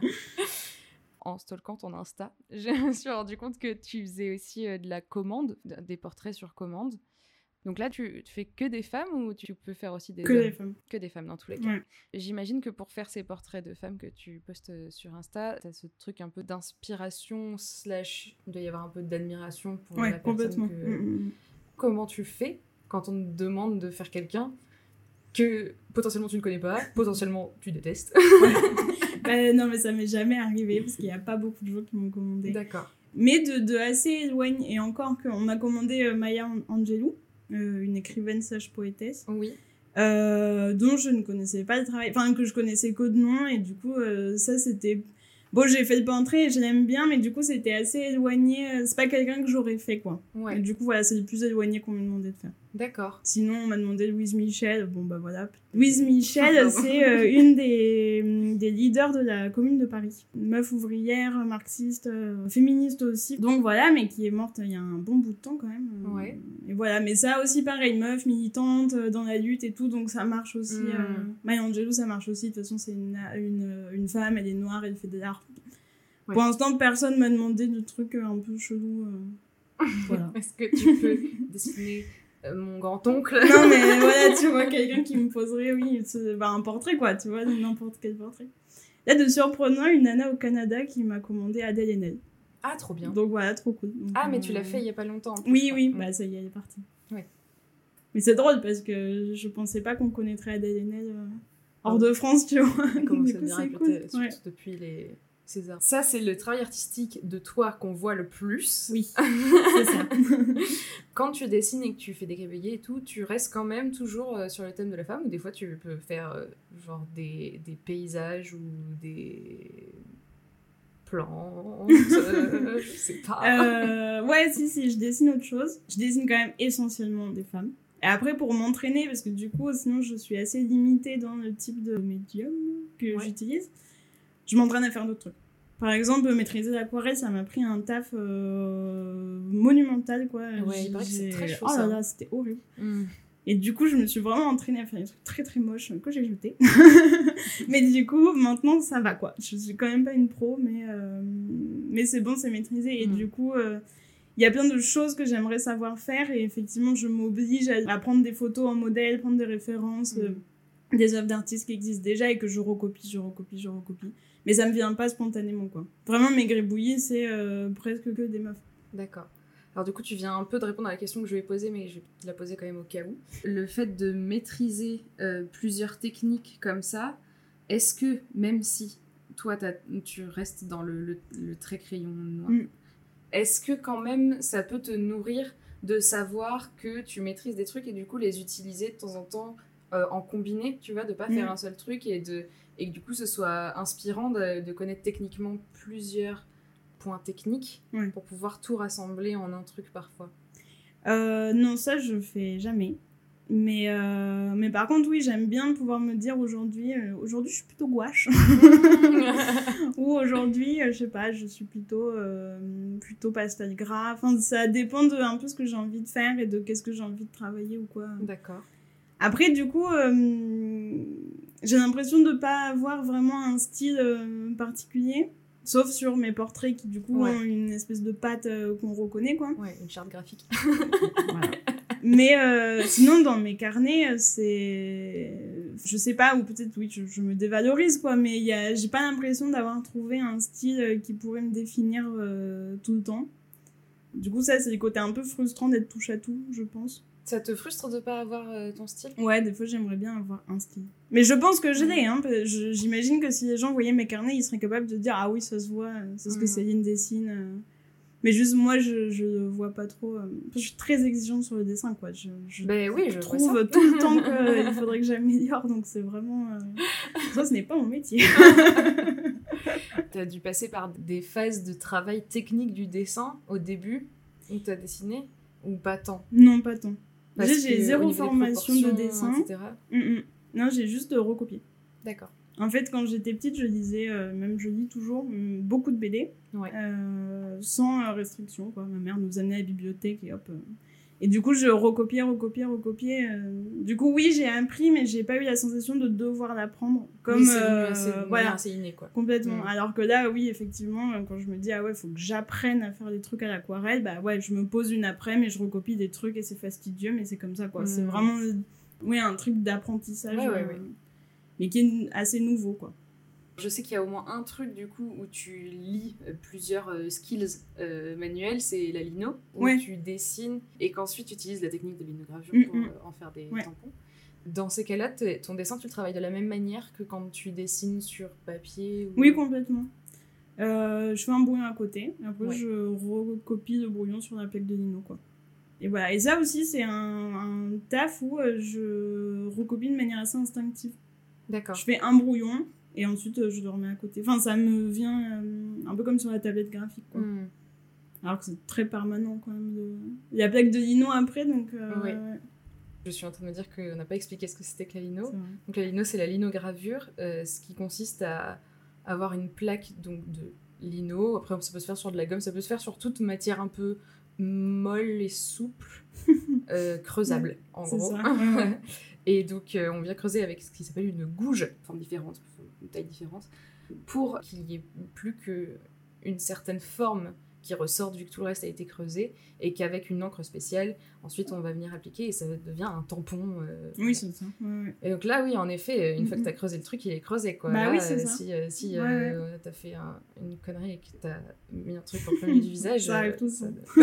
Speaker 1: En stalkant ton Insta, je me suis rendu compte que tu faisais aussi euh, de la commande, des portraits sur commande. Donc là, tu, tu fais que des femmes ou tu peux faire aussi des
Speaker 2: que
Speaker 1: hommes?
Speaker 2: des femmes.
Speaker 1: Que des femmes, dans tous les cas.
Speaker 2: Ouais.
Speaker 1: J'imagine que pour faire ces portraits de femmes que tu postes sur Insta, t'as ce truc un peu d'inspiration slash... Il doit y avoir un peu d'admiration pour
Speaker 2: ouais,
Speaker 1: la personne
Speaker 2: complètement.
Speaker 1: que...
Speaker 2: Mmh.
Speaker 3: Comment tu fais quand on te demande de faire quelqu'un que potentiellement tu ne connais pas, potentiellement tu détestes?
Speaker 2: Ouais. bah, non, mais ça m'est jamais arrivé parce qu'il n'y a pas beaucoup de gens qui m'ont commandé.
Speaker 3: D'accord.
Speaker 2: Mais de, de assez éloigné, et encore qu'on m'a commandé euh, Maya Angelou. Euh, une écrivaine slash poétesse.
Speaker 3: Oui.
Speaker 2: euh, dont je ne connaissais pas le travail, enfin que je connaissais que de nom, et du coup euh, ça c'était... Bon, j'ai fait le portrait et je l'aime bien, mais du coup c'était assez éloigné, c'est pas quelqu'un que j'aurais fait quoi.
Speaker 3: Ouais.
Speaker 2: Et du coup voilà, c'est le plus éloigné qu'on m'a demandé de faire.
Speaker 3: D'accord.
Speaker 2: Sinon on m'a demandé Louise Michel, bon bah voilà. Louise Michel c'est euh, une des, des leaders de la Commune de Paris. Une meuf ouvrière, marxiste, euh, féministe aussi. Donc voilà, mais qui est morte il y a un bon bout de temps quand même.
Speaker 3: Ouais.
Speaker 2: Et voilà, mais ça aussi pareil, meuf militante euh, dans la lutte et tout, donc ça marche aussi.
Speaker 3: Mm.
Speaker 2: Euh... Maya Angelou ça marche aussi, de toute façon c'est une, une, une femme, elle est noire, elle fait de l'art. Ouais. Pour l'instant personne m'a demandé de trucs un peu chelous. Euh... Voilà.
Speaker 3: Est-ce que tu peux dessiner euh, mon grand-oncle?
Speaker 2: Non mais voilà, tu vois, quelqu'un qui me poserait, oui, bah, un portrait quoi, tu vois, n'importe quel portrait. Là, de surprenant, une nana au Canada qui m'a commandé Adèle Haenel.
Speaker 3: Ah, trop bien.
Speaker 2: Donc voilà, trop cool. Donc,
Speaker 3: ah, mais
Speaker 2: euh...
Speaker 3: tu l'as fait il y a pas longtemps. En plus,
Speaker 2: oui, oui,
Speaker 3: mmh.
Speaker 2: bah ça y est, elle est partie.
Speaker 3: Ouais.
Speaker 2: Mais c'est drôle parce que je pensais pas qu'on connaîtrait Adèle Haenel euh, hors oh. de France, tu vois.
Speaker 3: Elle commence à bien
Speaker 2: c'est
Speaker 3: répéter,
Speaker 2: cool.
Speaker 3: surtout
Speaker 2: Ouais.
Speaker 3: depuis les Césars. Ça, c'est le travail artistique de toi qu'on voit le plus.
Speaker 2: Oui, c'est ça.
Speaker 3: Quand tu dessines et que tu fais des gribouillis et tout, tu restes quand même toujours euh, sur le thème de la femme, ou des fois tu peux faire euh, genre des, des paysages ou des plantes, euh, je sais pas.
Speaker 2: Euh, ouais, si, si, je dessine autre chose. Je dessine quand même essentiellement des femmes. Et après, pour m'entraîner, parce que du coup, sinon, je suis assez limitée dans le type de médium que ouais. j'utilise, je m'entraîne à faire d'autres trucs. Par exemple, maîtriser l'aquarelle, ça m'a pris un taf euh, monumental, quoi.
Speaker 3: Ouais, il paraît que c'est très chaud,
Speaker 2: oh
Speaker 3: ça.
Speaker 2: là là, c'était horrible.
Speaker 3: Mm.
Speaker 2: Et du coup, je me suis vraiment entraînée à faire des trucs très très moches que j'ai jetés. Mais du coup, maintenant, ça va, quoi. Je suis quand même pas une pro, mais, euh, mais c'est bon, c'est maîtrisé. Et mm. du coup, il euh, y a plein de choses que j'aimerais savoir faire. Et effectivement, je m'oblige à prendre des photos en modèle, prendre des références, mm. euh, des œuvres d'artistes qui existent déjà et que je recopie, je recopie, je recopie. Mais ça me vient pas spontanément, quoi. Vraiment, mes gribouillis, c'est euh, presque que des meufs.
Speaker 3: D'accord. Alors du coup, tu viens un peu de répondre à la question que je vais poser, mais je vais te la poser quand même au cas où. Le fait de maîtriser euh, plusieurs techniques comme ça, est-ce que, même si toi, t'as, tu restes dans le, le, le trait crayon noir, mm. est-ce que quand même, ça peut te nourrir de savoir que tu maîtrises des trucs et du coup, les utiliser de temps en temps euh, en combiné, tu vois, de pas mm. faire un seul truc et, de, et que du coup, ce soit inspirant de, de connaître techniquement plusieurs points techniques ouais. pour pouvoir tout rassembler en un truc parfois.
Speaker 2: Euh, non, ça je fais jamais. Mais, euh, mais par contre, oui, j'aime bien pouvoir me dire aujourd'hui, euh, aujourd'hui je suis plutôt gouache. Ou aujourd'hui, euh, je sais pas, je suis plutôt, euh, plutôt pastel gras. Enfin, ça dépend de un peu ce que j'ai envie de faire et de qu'est-ce que j'ai envie de travailler ou quoi.
Speaker 3: D'accord.
Speaker 2: Après, du coup, euh, j'ai l'impression de pas avoir vraiment un style euh, particulier. Sauf sur mes portraits qui, du coup, ouais. ont une espèce de patte euh, qu'on reconnaît, quoi.
Speaker 3: Ouais, une charte graphique.
Speaker 2: Voilà. Mais euh, sinon, dans mes carnets, c'est... Je sais pas, ou peut-être, oui, je, je me dévalorise, quoi, mais y a... j'ai pas l'impression d'avoir trouvé un style qui pourrait me définir euh, tout le temps. Du coup, ça, c'est le côté un peu frustrant d'être touche-à-tout, je pense.
Speaker 3: Ça te frustre de pas avoir euh, ton style ?
Speaker 2: Ouais, des fois, j'aimerais bien avoir un style. Mais je pense que je l'ai, hein. Je, j'imagine que si les gens voyaient mes carnets, ils seraient capables de dire « Ah oui, ça se voit, c'est ce que Céline dessine. » Mais juste, moi, je, je le vois pas trop. Je suis très exigeante sur le dessin, quoi. Je, je
Speaker 3: ben oui, je
Speaker 2: trouve tout le temps qu'il faudrait que j'améliore, donc c'est vraiment... Euh... Ça, ce n'est pas mon métier.
Speaker 3: T'as dû passer par des phases de travail technique du dessin au début, où t'as dessiné, ou pas tant ?
Speaker 2: Non, pas tant.
Speaker 3: Parce
Speaker 2: j'ai, j'ai zéro formation de dessin.
Speaker 3: et cetera.
Speaker 2: Mm-mm. Non, j'ai juste recopié.
Speaker 3: D'accord.
Speaker 2: En fait, quand j'étais petite, je lisais, euh, même je lis toujours, beaucoup de B D,
Speaker 3: ouais.
Speaker 2: euh, sans euh, restriction, quoi. Ma mère nous amenait à la bibliothèque et hop. Euh... Et du coup, je recopiais, recopiais, recopiais. Euh... Du coup, oui, j'ai appris, mais j'ai pas eu la sensation de devoir l'apprendre. Comme,
Speaker 3: oui, c'est,
Speaker 2: euh,
Speaker 3: c'est,
Speaker 2: voilà,
Speaker 3: c'est inné, quoi.
Speaker 2: Complètement.
Speaker 3: Mmh.
Speaker 2: Alors que là, oui, effectivement, quand je me dis, ah ouais, faut que j'apprenne à faire des trucs à l'aquarelle, bah ouais, je me pose une après, mais je recopie des trucs et c'est fastidieux, mais c'est comme ça, quoi. Mmh. C'est vraiment, oui, un truc d'apprentissage.
Speaker 3: Ouais, ouais,
Speaker 2: euh...
Speaker 3: ouais.
Speaker 2: Mais qui est assez nouveau, quoi.
Speaker 3: Je sais qu'il y a au moins un truc, du coup, où tu lis plusieurs euh, skills euh, manuels, c'est la lino, où
Speaker 2: ouais.
Speaker 3: tu dessines et qu'ensuite tu utilises la technique de linogravure
Speaker 2: mmh,
Speaker 3: pour euh, en faire des
Speaker 2: ouais.
Speaker 3: tampons. Dans ces cas-là, ton dessin, tu le travailles de la même manière que quand tu dessines sur papier ou...
Speaker 2: Oui, complètement. Euh, je fais un brouillon à côté, et après
Speaker 3: ouais.
Speaker 2: je recopie le brouillon sur la plaque de lino, quoi. Et voilà. Et ça aussi, c'est un, un taf où euh, je recopie de manière assez instinctive.
Speaker 3: D'accord.
Speaker 2: Je fais un brouillon et ensuite euh, je le remets à côté. Enfin, ça me vient euh, un peu comme sur la tablette graphique, quoi.
Speaker 3: Mm.
Speaker 2: Alors que c'est très permanent quand même. De... Il y a plaque de lino après, donc... Euh,
Speaker 3: Oui.
Speaker 2: ouais.
Speaker 3: Je suis en train de me dire qu'on n'a pas expliqué ce que c'était que la lino.
Speaker 2: C'est vrai.
Speaker 3: Donc la lino, c'est la linogravure, euh, ce qui consiste à avoir une plaque donc, de lino. Après, ça peut se faire sur de la gomme, ça peut se faire sur toute matière un peu molle et souple, euh, creusable,
Speaker 2: Ouais,
Speaker 3: en
Speaker 2: c'est
Speaker 3: gros.
Speaker 2: ça, ouais, ouais.
Speaker 3: Et donc, euh, on vient creuser avec ce qui s'appelle une gouge, forme différente, une taille différente, pour qu'il n'y ait plus qu'une certaine forme qui ressort vu que tout le reste a été creusé, et qu'avec une encre spéciale, ensuite on va venir appliquer et ça devient un tampon. Euh,
Speaker 2: Oui, c'est ça. Ouais, ouais.
Speaker 3: Et donc là, oui, en effet, une
Speaker 2: Mm-hmm.
Speaker 3: fois que t'as creusé le truc, il est creusé, quoi.
Speaker 2: Bah
Speaker 3: là,
Speaker 2: oui, c'est
Speaker 3: euh,
Speaker 2: ça.
Speaker 3: Si, euh, si
Speaker 2: Ouais,
Speaker 3: euh,
Speaker 2: ouais.
Speaker 3: t'as fait un- une connerie et que t'as mis un truc en plein milieu du visage...
Speaker 2: Ça arrive
Speaker 3: euh,
Speaker 2: tout
Speaker 3: ça...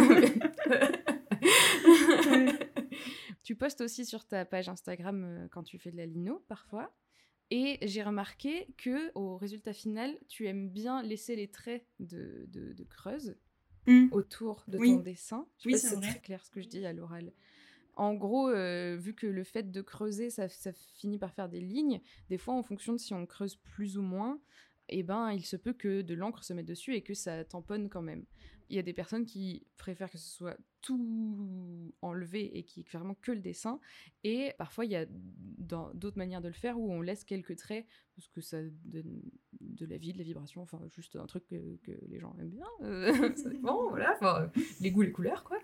Speaker 2: Ouais.
Speaker 1: Tu postes aussi sur ta page Instagram euh, quand tu fais de la lino, parfois. Et j'ai remarqué que au résultat final, tu aimes bien laisser les traits de, de, de creuse
Speaker 2: Mm.
Speaker 1: autour de
Speaker 2: Oui.
Speaker 1: ton dessin. Je sais
Speaker 2: Oui,
Speaker 1: pas si
Speaker 2: c'est
Speaker 1: c'est
Speaker 2: vrai.
Speaker 1: très clair ce que je dis à l'oral. En gros, euh, vu que le fait de creuser, ça, ça finit par faire des lignes, des fois, en fonction de si on creuse plus ou moins, eh ben, il se peut que de l'encre se mette dessus et que ça tamponne quand même. Il y a des personnes qui préfèrent que ce soit tout enlevé et qui est clairement que le dessin. Et parfois, il y a dans d'autres manières de le faire où on laisse quelques traits parce que ça donne de la vie, de la vibration, enfin juste un truc que, que les gens aiment bien. Euh, ça dépend, voilà. Enfin, les goûts, les couleurs, quoi.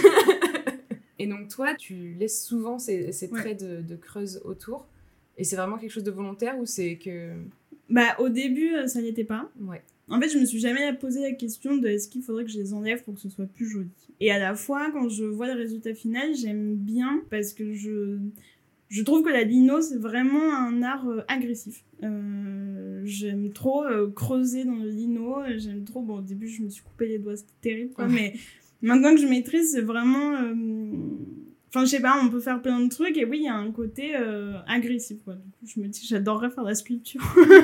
Speaker 1: Et donc toi, tu laisses souvent ces, ces traits ouais. de, de creuse autour. Et c'est vraiment quelque chose de volontaire ou c'est que...
Speaker 2: Bah au début, ça n'y était pas.
Speaker 3: Ouais.
Speaker 2: En fait, je me suis jamais posé la question de est-ce qu'il faudrait que je les enlève pour que ce soit plus joli. Et à la fois, quand je vois le résultat final, j'aime bien parce que je, je trouve que la lino, c'est vraiment un art euh, agressif. Euh, j'aime trop euh, creuser dans le lino. J'aime trop... Bon, au début, je me suis coupé les doigts, c'était terrible, quoi. Mais maintenant que je maîtrise, c'est vraiment... Euh... Enfin, je sais pas, on peut faire plein de trucs. Et oui, il y a un côté euh, agressif, quoi. Du coup, je me dis que j'adorerais faire de la sculpture.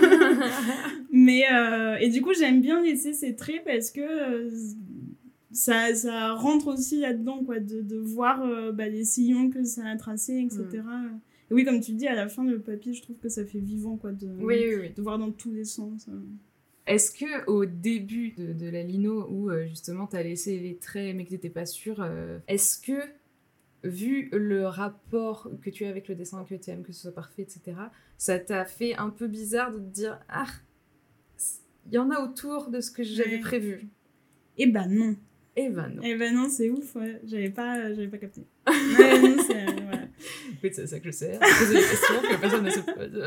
Speaker 2: Mais, euh, et du coup, j'aime bien laisser ces traits parce que euh, ça, ça rentre aussi là-dedans, quoi, de, de voir euh, bah, les sillons que ça a tracés, et cetera. Mm. Et oui, comme tu dis, à la fin, le papier, je trouve que ça fait vivant, quoi, de,
Speaker 3: oui, oui, oui.
Speaker 2: de voir dans tous les sens. Euh.
Speaker 3: Est-ce que au début de, de la lino, où euh, justement t'as laissé les traits mais que t'étais pas sûre, euh, est-ce que, vu le rapport que tu as avec le dessin, que tu aimes, que ce soit parfait, et cetera, ça t'a fait un peu bizarre de te dire « Ah, il y en a autour de ce que j'avais ouais. prévu ».
Speaker 2: Eh ben non.
Speaker 3: Eh ben non.
Speaker 2: Eh ben non, c'est ouf, ouais. J'avais pas, j'avais pas capté. Ouais, non, c'est... Euh, voilà.
Speaker 3: Oui, c'est ça que je sais. Poser des questions que personne ne se pose.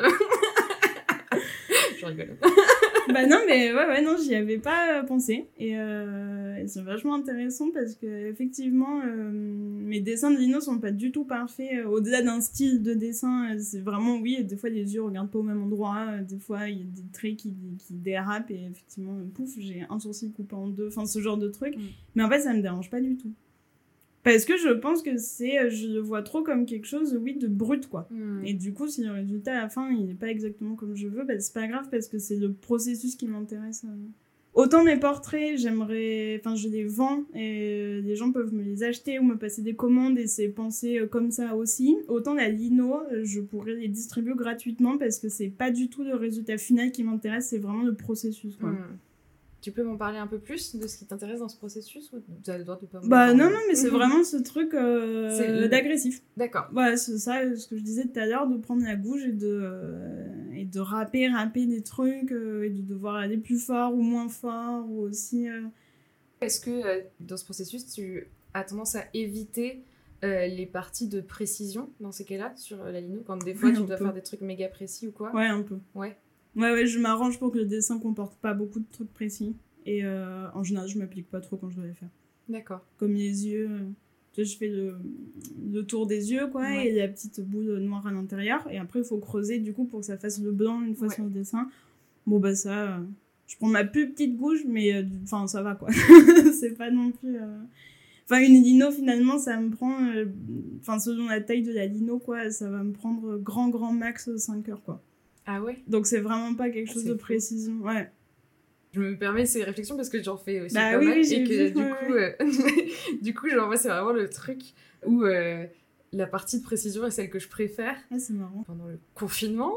Speaker 3: Je rigole.
Speaker 2: Bah non, mais ouais, ouais, non, j'y avais pas pensé. Et, euh, et c'est vachement intéressant parce que effectivement, euh, mes dessins de lino sont pas du tout parfaits. Au-delà d'un style de dessin, c'est vraiment, oui, des fois les yeux regardent pas au même endroit. Des fois, il y a des traits qui, qui dérapent et effectivement, pouf, j'ai un sourcil coupé en deux. Enfin, ce genre de truc. Mm. Mais en fait, ça me dérange pas du tout. Parce que je pense que c'est, je le vois trop comme quelque chose, oui, de brut, quoi. Mm. Et du coup, si le résultat, à la fin, il n'est pas exactement comme je veux, bah, c'est pas grave parce que c'est le processus qui m'intéresse. Autant mes portraits, j'aimerais... Enfin, je les vends et les gens peuvent me les acheter ou me passer des commandes et c'est pensé comme ça aussi. Autant la lino, je pourrais les distribuer gratuitement parce que c'est pas du tout le résultat final qui m'intéresse, c'est vraiment le processus, quoi. Mm.
Speaker 3: Tu peux m'en parler un peu plus de ce qui t'intéresse dans ce processus ou tu as le droit de pas m'en
Speaker 2: Bah
Speaker 3: parler?
Speaker 2: non, non, mais c'est vraiment ce truc euh,
Speaker 3: c'est le...
Speaker 2: d'agressif.
Speaker 3: D'accord.
Speaker 2: Voilà, c'est ça, ce que je disais tout à l'heure, de prendre la gouge et de, euh, et de râper, râper des trucs euh, et de devoir aller plus fort ou moins fort ou aussi... Euh...
Speaker 3: Est-ce que euh, dans ce processus, tu as tendance à éviter euh, les parties de précision dans ces cas-là sur la lino quand des fois
Speaker 2: ouais,
Speaker 3: tu dois
Speaker 2: peu.
Speaker 3: faire des trucs méga précis ou quoi?
Speaker 2: Ouais, un peu.
Speaker 3: Ouais.
Speaker 2: Ouais, ouais, je m'arrange pour que le dessin comporte pas beaucoup de trucs précis. Et euh, en général, je m'applique pas trop quand je dois les faire.
Speaker 3: D'accord.
Speaker 2: Comme les yeux, euh, tu sais, je fais le, le tour des yeux, quoi, ouais. Et la petite boule noire à l'intérieur. Et après, il faut creuser, du coup, pour que ça fasse le blanc une fois ouais. sur le dessin. Bon, bah ça, euh, je prends ma plus petite gouge, mais enfin, euh, ça va, quoi. C'est pas non plus... Enfin, euh... une lino, finalement, ça me prend... Enfin, euh, selon la taille de la lino, quoi, ça va me prendre grand, grand max cinq heures, quoi.
Speaker 3: Ah ouais?
Speaker 2: Donc, c'est vraiment pas quelque chose
Speaker 3: ah,
Speaker 2: de
Speaker 3: fou.
Speaker 2: précision. Ouais.
Speaker 3: Je me permets ces réflexions parce que j'en fais aussi
Speaker 2: bah,
Speaker 3: pas
Speaker 2: oui,
Speaker 3: mal.
Speaker 2: Oui,
Speaker 3: et que
Speaker 2: vu,
Speaker 3: du,
Speaker 2: ouais,
Speaker 3: coup,
Speaker 2: ouais.
Speaker 3: Euh, du coup, genre, moi, c'est vraiment le truc où euh, la partie de précision est celle que je préfère.
Speaker 2: Ah, c'est marrant.
Speaker 3: Pendant le confinement,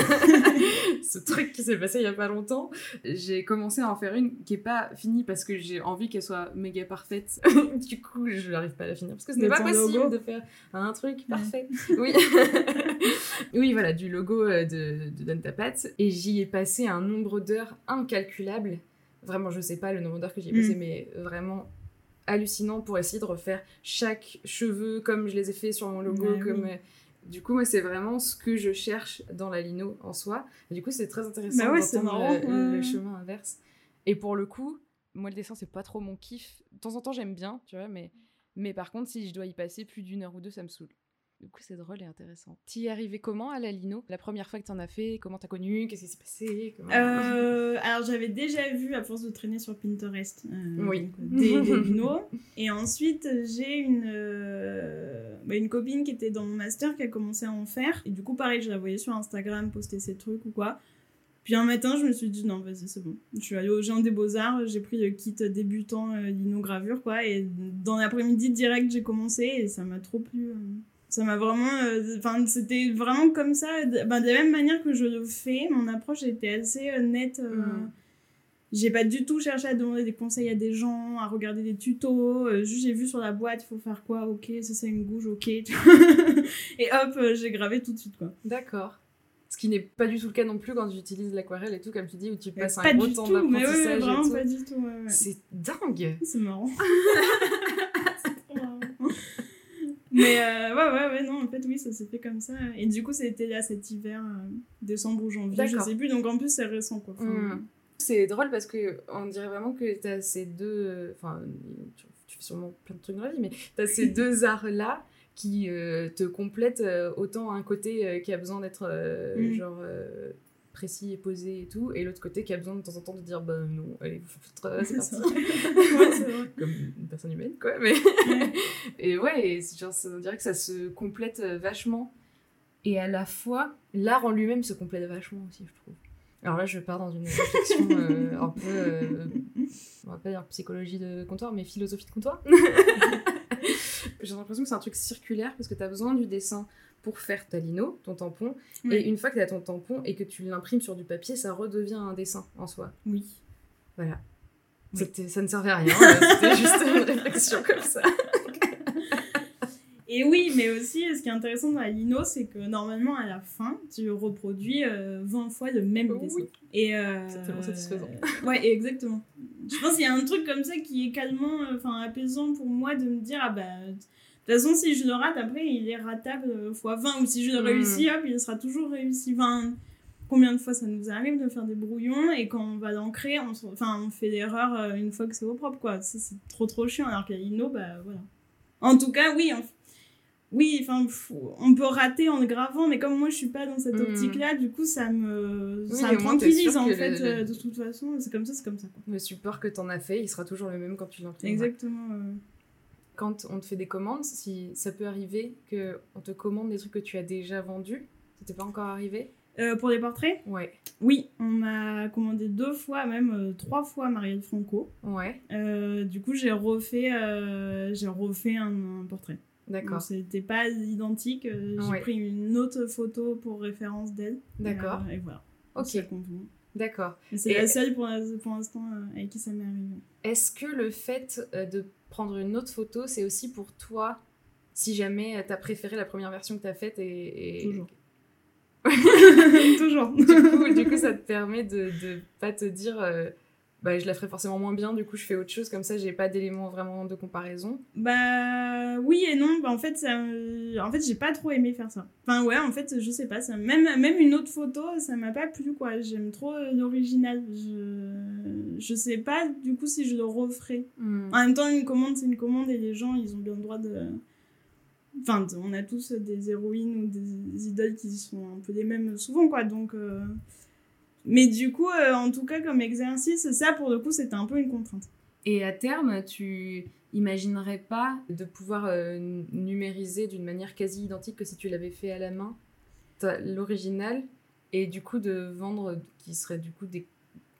Speaker 3: ce truc qui s'est passé il y a pas longtemps, j'ai commencé à en faire une qui est pas finie parce que j'ai envie qu'elle soit méga parfaite. Du coup, je n'arrive pas à la finir parce que ce n'est pas possible logo. de faire un truc parfait. Ouais. Oui. Oui, voilà, du logo de, de Donne ta patte. Et j'y ai passé un nombre d'heures incalculable. Vraiment, je sais pas le nombre d'heures que j'y ai passé, mm. mais vraiment hallucinant pour essayer de refaire chaque cheveu comme je les ai fait sur mon logo. Ouais, comme... oui. Du coup, moi, c'est vraiment ce que je cherche dans la lino en soi. Et du coup, c'est très intéressant bah ouais, d'entendre le, ouais. le chemin inverse. Et pour le coup, moi, le dessin, c'est pas trop mon kiff. De temps en temps, j'aime bien, tu vois, mais, mais par contre, si je dois y passer plus d'une heure ou deux, ça me saoule. Du coup, c'est drôle et intéressant. T'y es arrivé comment à la lino ? La première fois que t'en as fait, comment t'as connu ? Qu'est-ce qui s'est passé ? Comment...
Speaker 2: euh, Alors, j'avais déjà vu, à force de traîner sur Pinterest, euh, oui. donc, des, des linos. Et ensuite, j'ai une, euh, bah, une copine qui était dans mon master qui a commencé à en faire. Et du coup, pareil, je la voyais sur Instagram poster ses trucs ou quoi. Puis un matin, je me suis dit, non, vas-y, c'est bon. Je suis allée au Géant des Beaux-Arts, j'ai pris le kit débutant euh, lino-gravure, quoi. Et dans l'après-midi, direct, j'ai commencé et ça m'a trop plu. Euh... Ça m'a vraiment... Enfin, euh, c'était vraiment comme ça. Ben, de la même manière que je le fais, mon approche était assez euh, nette. Euh, mmh. J'ai pas du tout cherché à demander des conseils à des gens, à regarder des tutos. Euh, juste, j'ai vu sur la boîte, il faut faire quoi ? Ok, ça, c'est une gouge, ok. Et hop, euh, j'ai gravé tout de suite, quoi.
Speaker 3: D'accord. Ce qui n'est pas du tout le cas non plus quand tu utilises l'aquarelle et tout, comme tu dis, où tu passes
Speaker 2: pas
Speaker 3: un gros temps
Speaker 2: tout,
Speaker 3: d'apprentissage
Speaker 2: mais ouais, vraiment
Speaker 3: et tout.
Speaker 2: pas du tout, ouais, ouais.
Speaker 3: C'est dingue.
Speaker 2: C'est marrant. C'est trop marrant. Mais euh, ouais, ouais, ouais, non, en fait, oui, ça s'est fait comme ça. Et du coup, c'était là cet hiver, euh, décembre ou janvier, D'accord. je sais plus. Donc en plus, c'est récent, quoi. Enfin,
Speaker 3: mmh. C'est drôle parce qu'on dirait vraiment que t'as ces deux... Enfin, tu, tu fais sûrement plein de trucs dans la vie, mais t'as ces deux arts-là qui euh, te complètent euh, autant un côté euh, qui a besoin d'être euh, mmh. genre... Euh, précis et posé et tout, et l'autre côté qui a besoin de temps en temps de dire bah non, allez, vous faites, euh, c'est parti.
Speaker 2: Ouais, c'est vrai.
Speaker 3: Comme une personne humaine, quoi, mais... Ouais. Et ouais, et c'est genre, on dirait que ça se complète vachement, et à la fois, l'art en lui-même se complète vachement aussi, je trouve. Alors là, je pars dans une réflexion euh, un peu, euh, on va pas dire psychologie de comptoir, mais philosophie de comptoir. J'ai l'impression que c'est un truc circulaire, parce que t'as besoin du dessin pour faire ta lino, ton tampon, oui. Et une fois que tu as ton tampon et que tu l'imprimes sur du papier, ça redevient un dessin en soi.
Speaker 2: Oui.
Speaker 3: Voilà. Oui. Ça ne servait à rien, c'était juste une réflexion comme ça.
Speaker 2: Et oui, mais aussi, ce qui est intéressant dans la lino, c'est que normalement, à la fin, tu reproduis euh, vingt fois le même dessin.
Speaker 3: Oui.
Speaker 2: Et euh,
Speaker 3: c'est tellement satisfaisant.
Speaker 2: Ouais, exactement. Je pense qu'il y a un truc comme ça qui est calmant, enfin euh, apaisant pour moi de me dire, ah bah... De toute façon, si je le rate, après, il est ratable fois vingt. Ou si je le mmh. réussis, hop, il sera toujours réussi. Enfin, combien de fois ça nous arrive de faire des brouillons et quand on va l'ancrer, on, se... enfin, on fait l'erreur une fois que c'est au propre, quoi. Ça, c'est trop, trop chiant. Alors qu'à lino, bah, voilà. En tout cas, oui, on... oui, enfin, on peut rater en le gravant, mais comme moi, je suis pas dans cette mmh. optique-là, du coup, ça me, oui, ça me tranquillise, en fait, le, le... de toute façon. C'est comme ça, c'est comme ça, quoi.
Speaker 3: Le support que t'en as fait, il sera toujours le même quand tu l'imprimes.
Speaker 2: Exactement, euh...
Speaker 3: Quand on te fait des commandes, si ça peut arriver qu'on te commande des trucs que tu as déjà vendus, ça t'est pas encore arrivé ?
Speaker 2: euh, Pour les portraits ?
Speaker 3: Ouais.
Speaker 2: Oui, on m'a commandé deux fois, même euh, trois fois Marielle Franco.
Speaker 3: Ouais.
Speaker 2: Euh, du coup, j'ai refait, euh, j'ai refait un, un portrait.
Speaker 3: D'accord.
Speaker 2: Donc, c'était pas identique. Euh, j'ai
Speaker 3: ouais.
Speaker 2: pris une autre photo pour référence d'elle.
Speaker 3: D'accord.
Speaker 2: Et, euh, et voilà.
Speaker 3: Ok.
Speaker 2: Ça convient.
Speaker 3: D'accord.
Speaker 2: Et c'est et la seule pour, pour l'instant euh, avec qui ça m'est arrivé.
Speaker 3: Est-ce que le fait euh, de prendre une autre photo, c'est aussi pour toi, si jamais t'as préféré la première version que t'as faite et... et...
Speaker 2: Toujours. Toujours.
Speaker 3: Du coup, du coup, ça te permet de, de pas te dire... Euh, bah, je la ferai forcément moins bien, du coup, je fais autre chose, comme ça, j'ai pas d'éléments vraiment de comparaison.
Speaker 2: Bah, oui et non. Bah, en fait, ça... en fait, j'ai pas trop aimé faire ça. Enfin, ouais, en fait, je sais pas. Ça... Même, même une autre photo, ça m'a pas plu, quoi. J'aime trop l'original. Je... je sais pas, du coup, si je le referai. Mm. En même temps, une commande, c'est une commande et les gens, ils ont bien le droit de... Enfin, on a tous des héroïnes ou des idoles qui sont un peu les mêmes souvent, quoi. Donc... Euh... Mais du coup, euh, en tout cas, comme exercice, ça, pour le coup, c'était un peu une contrainte.
Speaker 3: Et à terme, tu imaginerais pas de pouvoir euh, numériser d'une manière quasi identique que si tu l'avais fait à la main, l'original, et du coup de vendre, qui serait du coup des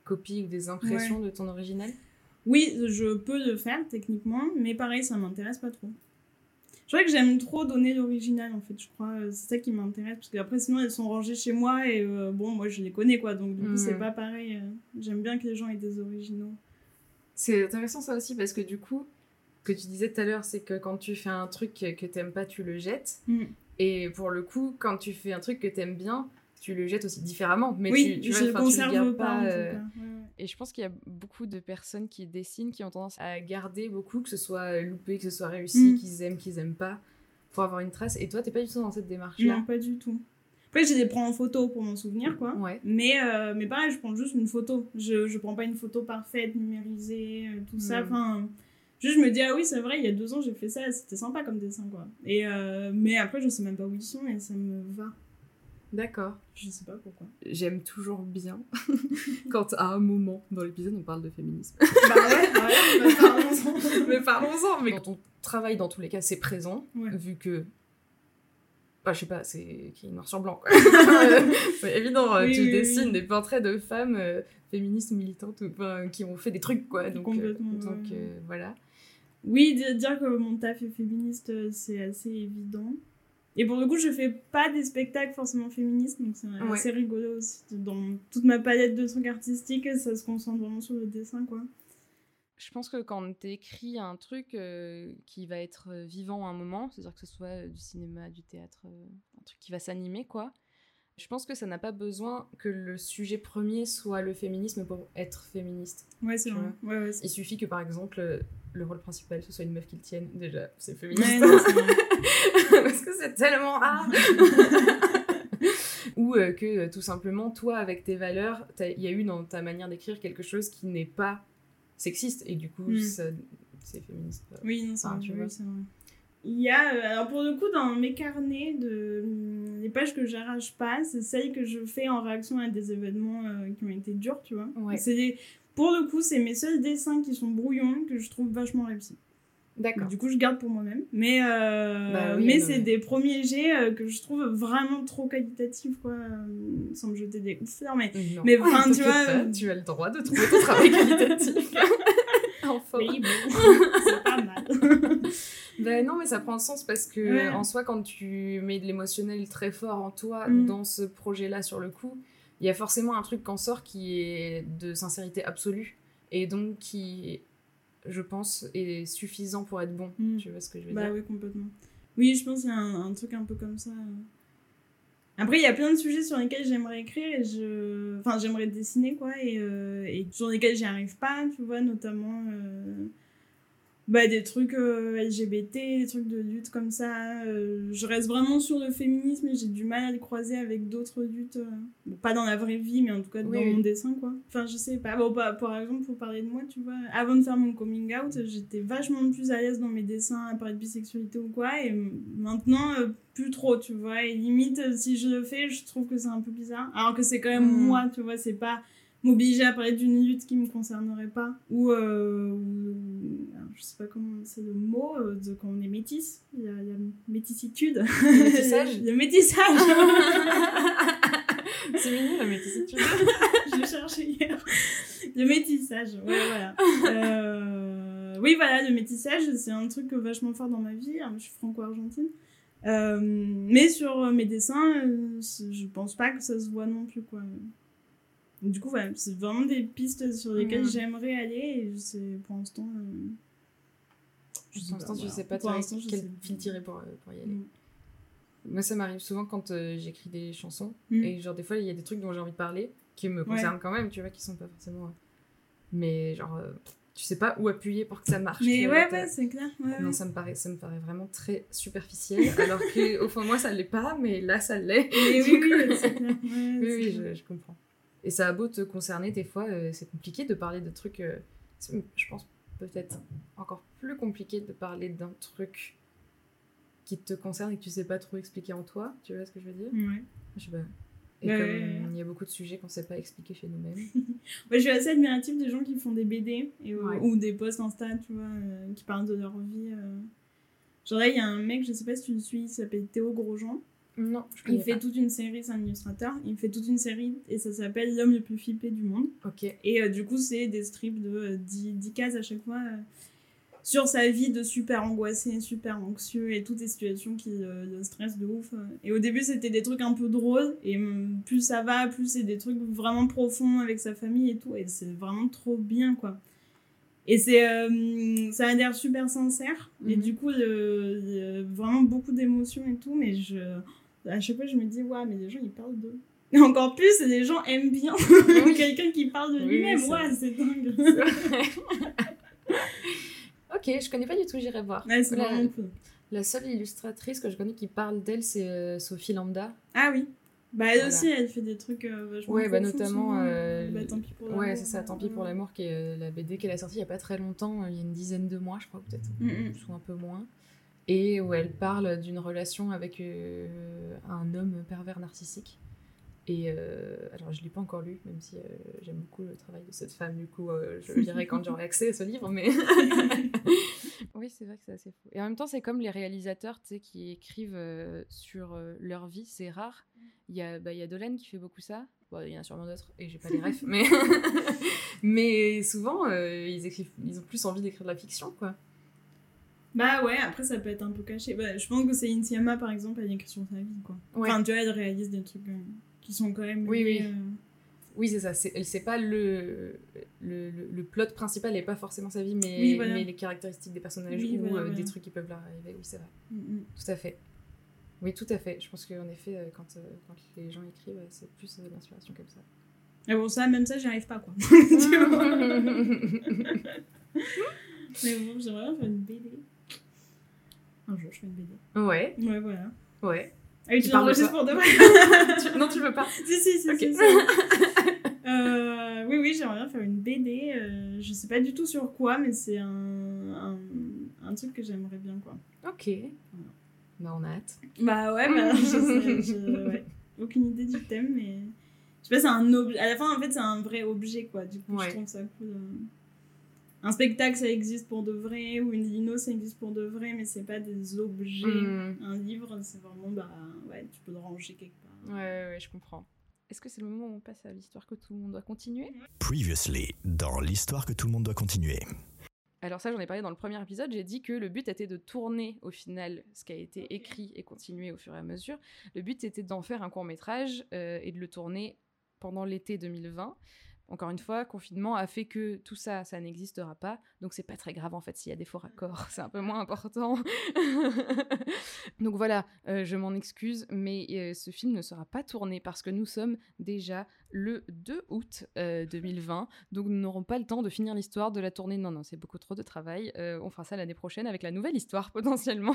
Speaker 3: copies ou des impressions ouais. de ton original?
Speaker 2: Oui, je peux le faire techniquement, mais pareil, ça m'intéresse pas trop. Je crois que j'aime trop donner l'original, en fait, je crois. C'est ça qui m'intéresse, parce qu'après, sinon, elles sont rangées chez moi, et euh, bon, moi, je les connais, quoi, donc du coup, mmh. c'est pas pareil. J'aime bien que les gens aient des originaux.
Speaker 3: C'est intéressant, ça aussi, parce que du coup, ce que tu disais tout à l'heure, c'est que quand tu fais un truc que t'aimes pas, tu le jettes. Mmh. Et pour le coup, quand tu fais un truc que t'aimes bien, tu le jettes aussi différemment. Mais
Speaker 2: oui,
Speaker 3: tu, tu,
Speaker 2: je
Speaker 3: vois,
Speaker 2: le conserve
Speaker 3: tu le gardes
Speaker 2: pas,
Speaker 3: pas.
Speaker 2: en
Speaker 3: Euh...
Speaker 2: tout cas. Ouais.
Speaker 3: Et je pense qu'il y a beaucoup de personnes qui dessinent, qui ont tendance à garder beaucoup, que ce soit loupé, que ce soit réussi, mmh. qu'ils aiment, qu'ils aiment pas, pour avoir une trace. Et toi, t'es pas du tout dans cette démarche-là?
Speaker 2: Non, pas du tout. Après, je les prends en photo pour m'en souvenir, quoi.
Speaker 3: Ouais.
Speaker 2: Mais, euh, mais pareil, je prends juste une photo. Je, je prends pas une photo parfaite, numérisée, tout mmh. ça. Enfin, juste, je me dis, ah oui, c'est vrai, il y a deux ans, j'ai fait ça, c'était sympa comme dessin, quoi. Et, euh, mais après, je sais même pas où ils sont et ça me va.
Speaker 3: D'accord.
Speaker 2: Je sais pas pourquoi.
Speaker 3: J'aime toujours bien quand à un moment dans l'épisode on parle de féminisme.
Speaker 2: Bah ouais, bah ouais, mais parlons-en.
Speaker 3: mais parlons-en. Mais quand on travaille dans tous les cas, c'est présent, ouais. vu que. Bah, je sais pas, c'est qui est noir sur blanc, quoi. C'est évident, oui, tu oui, dessines oui. des portraits de femmes euh, féministes, militantes, ou, enfin, qui ont fait des trucs, quoi. Donc,
Speaker 2: complètement.
Speaker 3: Euh, donc
Speaker 2: ouais.
Speaker 3: euh, voilà.
Speaker 2: Oui, dire que mon taf est féministe, c'est assez évident. Et pour le coup, je fais pas des spectacles forcément féministes, donc c'est ouais. assez rigolo aussi. Dans toute ma palette de trucs artistiques, ça se concentre vraiment sur le dessin, quoi.
Speaker 3: Je pense que quand t'écris un truc euh, qui va être vivant à un moment, c'est-à-dire que ce soit du cinéma, du théâtre, euh, un truc qui va s'animer, quoi, je pense que ça n'a pas besoin que le sujet premier soit le féminisme pour être féministe.
Speaker 2: Ouais, c'est vrai. Ouais, ouais,
Speaker 3: il suffit que, par exemple, le rôle principal, ce soit une meuf qui le tienne. Déjà, c'est féministe.
Speaker 2: Ouais, non, c'est vrai.
Speaker 3: Parce que c'est tellement rare. Ou euh, que, euh, tout simplement, toi, avec tes valeurs, il y a eu dans ta manière d'écrire quelque chose qui n'est pas sexiste. Et du coup, mm. ça, c'est féministe.
Speaker 2: Oui, non, c'est
Speaker 3: enfin,
Speaker 2: vrai.
Speaker 3: Tu
Speaker 2: oui,
Speaker 3: vois.
Speaker 2: c'est vrai. Il y a, euh, alors pour le coup, dans mes carnets, de, les pages que j'arrache pas, c'est celles que je fais en réaction à des événements euh, qui ont été durs, tu vois.
Speaker 3: Ouais.
Speaker 2: C'est des, pour le coup, c'est mes seuls dessins qui sont brouillons que je trouve vachement réussis.
Speaker 3: D'accord.
Speaker 2: Du coup, je garde pour moi-même. Mais, euh,
Speaker 3: bah oui,
Speaker 2: mais
Speaker 3: non,
Speaker 2: c'est
Speaker 3: mais...
Speaker 2: des premiers jets euh, que je trouve vraiment trop qualitatifs, quoi. Euh, sans me jeter des coups de fer, mais...
Speaker 3: Non.
Speaker 2: Mais enfin, tu vois...
Speaker 3: Pas, tu as le droit de trouver ton travail qualitatif. Enfin.
Speaker 2: Oui, bon, c'est pas mal.
Speaker 3: Ben non, mais ça prend sens parce que ouais. en soi, quand tu mets de l'émotionnel très fort en toi mm. dans ce projet-là sur le coup, il y a forcément un truc qui en sort qui est de sincérité absolue et donc qui, je pense, est suffisant pour être bon. Mm. Tu vois ce que je veux
Speaker 2: bah,
Speaker 3: dire?
Speaker 2: Bah oui, complètement. Oui, je pense qu'il y a un, un truc un peu comme ça. Après, il y a plein de sujets sur lesquels j'aimerais écrire et je... Enfin, j'aimerais dessiner, quoi, et, euh, et sur lesquels j'y arrive pas, tu vois, notamment... Euh... Bah, des trucs euh, L G B T, des trucs de lutte comme ça. Euh, je reste vraiment sur le féminisme et j'ai du mal à le croiser avec d'autres luttes. Euh... Bon, pas dans la vraie vie, mais en tout cas
Speaker 3: oui,
Speaker 2: dans
Speaker 3: oui.
Speaker 2: mon dessin, quoi. Enfin, je sais pas. Bon, bah, par exemple, pour parler de moi, tu vois, avant de faire mon coming out, j'étais vachement plus à l'aise dans mes dessins à parler de bisexualité ou quoi. Et maintenant, euh, plus trop, tu vois. Et limite, si je le fais, je trouve que c'est un peu bizarre. Alors que c'est quand même mmh. moi, tu vois, c'est pas... m'obliger à parler d'une lutte qui me concernerait pas ou, euh, ou je sais pas comment c'est le mot euh, de quand on est métis, il y a, il y a métissitude,
Speaker 3: le métissage
Speaker 2: le métissage
Speaker 3: c'est mignon la métissitude.
Speaker 2: Je l'ai cherché hier. Le métissage, ouais, voilà. Euh, oui, voilà, le métissage, c'est un truc vachement fort dans ma vie. Je suis franco-argentine. Euh, mais sur mes dessins, je pense pas que ça se voit non plus, quoi. Du coup, ouais, c'est vraiment des pistes sur lesquelles mmh. j'aimerais aller. Et c'est, pour l'instant... Euh,
Speaker 3: pour l'instant, tu sais pas toi, quel fil tirer pour, pour y aller. Mmh. Moi, ça m'arrive souvent quand euh, j'écris des chansons. Mmh. Et genre, des fois, il y a des trucs dont j'ai envie de parler qui me concernent ouais. quand même, tu vois, qui sont pas forcément... Euh... Mais genre, euh, tu sais pas où appuyer pour que ça marche.
Speaker 2: Mais ouais, ouais, c'est clair. Ouais,
Speaker 3: non,
Speaker 2: ouais.
Speaker 3: Ça, me paraît, ça me paraît vraiment très superficiel. Alors qu'au fond de moi, ça l'est pas, mais là, ça l'est.
Speaker 2: Mais oui, oui, c'est clair. Ouais,
Speaker 3: oui,
Speaker 2: c'est
Speaker 3: oui,
Speaker 2: clair.
Speaker 3: Je, je comprends. Et ça a beau te concerner, des fois, euh, c'est compliqué de parler de trucs... Euh, je pense peut-être encore plus compliqué de parler d'un truc qui te concerne et que tu sais pas trop expliquer en toi. Tu vois ce que je veux dire?
Speaker 2: Ouais.
Speaker 3: Je sais pas. Et
Speaker 2: ouais,
Speaker 3: comme
Speaker 2: ouais,
Speaker 3: il
Speaker 2: ouais.
Speaker 3: y a beaucoup de sujets qu'on sait pas expliquer chez nous-mêmes.
Speaker 2: Ouais, je suis assez admirative des gens qui font des B D et,
Speaker 3: ouais.
Speaker 2: ou des posts Insta, tu vois, euh, qui parlent de leur vie. Euh... Genre là, il y a un mec, je sais pas si tu le suis, il s'appelle Théo Grosjean.
Speaker 3: Non, je connais
Speaker 2: Il fait
Speaker 3: pas.
Speaker 2: toute une série, c'est un illustrateur, il fait toute une série et ça s'appelle L'homme le plus flippé du monde.
Speaker 3: Ok.
Speaker 2: Et euh, du coup, c'est des strips de euh, dix, dix cases à chaque fois euh, sur sa vie de super angoissé, super anxieux et toutes les situations qui euh, le stressent de ouf. Et au début, c'était des trucs un peu drôles et hum, plus ça va, plus c'est des trucs vraiment profonds avec sa famille et tout. Et c'est vraiment trop bien, quoi. Et c'est, euh, ça a l'air super sincère. Mm-hmm. Et du coup, il y a vraiment beaucoup d'émotions et tout. Mais je, à chaque fois, je me dis, ouais, mais les gens, ils parlent d'eux. Et encore plus, les gens aiment bien oui. quelqu'un qui parle de oui, lui-même. Oui, ouais, c'est dingue.
Speaker 3: Ok, je connais pas du tout, j'irai voir.
Speaker 2: Ouais, c'est
Speaker 3: la,
Speaker 2: vraiment cool.
Speaker 3: La seule illustratrice que je connais qui parle d'elle, c'est euh, Sophie Lambda.
Speaker 2: Ah oui. Bah elle voilà. aussi, elle fait des trucs euh, vachement
Speaker 3: ouais, bah notamment euh,
Speaker 2: bah, tant pis pour l'amour.
Speaker 3: Ouais, c'est ça, Tant pis pour l'amour, qui est euh, la B D qu'elle a sortie il y a pas très longtemps, il y a une dizaine de mois, je crois, peut-être, mm-hmm. ou un peu moins. Et où elle parle d'une relation avec euh, un homme pervers narcissique. Et euh, alors, je l'ai pas encore lu, même si euh, j'aime beaucoup le travail de cette femme, du coup, euh, je le lirai quand j'aurai accès à ce livre, mais... Oui, c'est vrai que c'est assez fou. Et en même temps, c'est comme les réalisateurs, tu sais, qui écrivent euh, sur euh, leur vie, c'est rare. Il y a, bah, il y a Dolan qui fait beaucoup ça. Bon, il y en a sûrement d'autres, et j'ai pas les refs, mais... mais souvent, euh, ils, écrivent, ils ont plus envie d'écrire de la fiction, quoi.
Speaker 2: Bah ouais, après ça peut être un peu caché. Bah, je pense que c'est Intiama, par exemple, elle écrit sur sa vie, quoi. Ouais. Enfin, tu vois, elle réalise des trucs euh, qui sont quand même...
Speaker 3: Oui,
Speaker 2: liés,
Speaker 3: oui.
Speaker 2: Euh...
Speaker 3: Oui, c'est ça. C'est, c'est pas le, le, le, le plot principal, n'est pas forcément sa vie, mais,
Speaker 2: oui, voilà.
Speaker 3: mais les caractéristiques des personnages
Speaker 2: oui,
Speaker 3: ou
Speaker 2: voilà,
Speaker 3: euh,
Speaker 2: voilà.
Speaker 3: des trucs qui peuvent leur arriver. Oui, c'est vrai.
Speaker 2: Mm-hmm.
Speaker 3: Tout à fait. Oui, tout à fait. Je pense qu'en effet, quand, euh, quand les gens écrivent, c'est plus euh, l'inspiration comme ça.
Speaker 2: Et bon, ça, même ça, j'y arrive pas, quoi. Mais bon, j'aimerais bien faire une B D. Un jour, je fais une B D.
Speaker 3: Ouais.
Speaker 2: Ouais, voilà.
Speaker 3: Ouais.
Speaker 2: Ah oui, tu l'enregistres pour de vrai.
Speaker 3: tu... Non, tu veux pas.
Speaker 2: Si, si, si.
Speaker 3: Okay.
Speaker 2: si, si. euh, oui, oui, j'aimerais bien faire une B D. Euh, je sais pas du tout sur quoi, mais c'est un, un, un truc que j'aimerais bien, quoi.
Speaker 3: Ok. Voilà. Bah, on a hâte.
Speaker 2: Bah ouais, bah, je sais. Je, ouais. Aucune idée du thème, mais... Je sais pas, c'est un objet. À la fin, en fait, c'est un vrai objet, quoi. Du coup, ouais. Je trouve ça cool. Un spectacle, ça existe pour de vrai, ou une lino, ça existe pour de vrai, mais c'est pas des objets. Mm. Un livre, c'est vraiment, bah, ouais, tu peux le ranger quelque part.
Speaker 3: Ouais, ouais, ouais, je comprends. Est-ce que c'est le moment où on passe à l'histoire que tout le monde doit continuer ?
Speaker 4: Previously, dans l'histoire que tout le monde doit continuer.
Speaker 3: Alors ça, j'en ai parlé dans le premier épisode, j'ai dit que le but était de tourner, au final, ce qui a été écrit et continué au fur et à mesure. Le but était d'en faire un court-métrage euh, et de le tourner pendant l'été deux mille vingt. Encore une fois, confinement a fait que tout ça, ça n'existera pas. Donc, c'est pas très grave, en fait, s'il y a des faux raccords. C'est un peu moins important. Donc, voilà, euh, je m'en excuse, mais euh, ce film ne sera pas tourné parce que nous sommes déjà le deux août euh, deux mille vingt. Donc, nous n'aurons pas le temps de finir l'histoire, de la tourner. Non, non, c'est beaucoup trop de travail. Euh, on fera ça l'année prochaine avec la nouvelle histoire, potentiellement.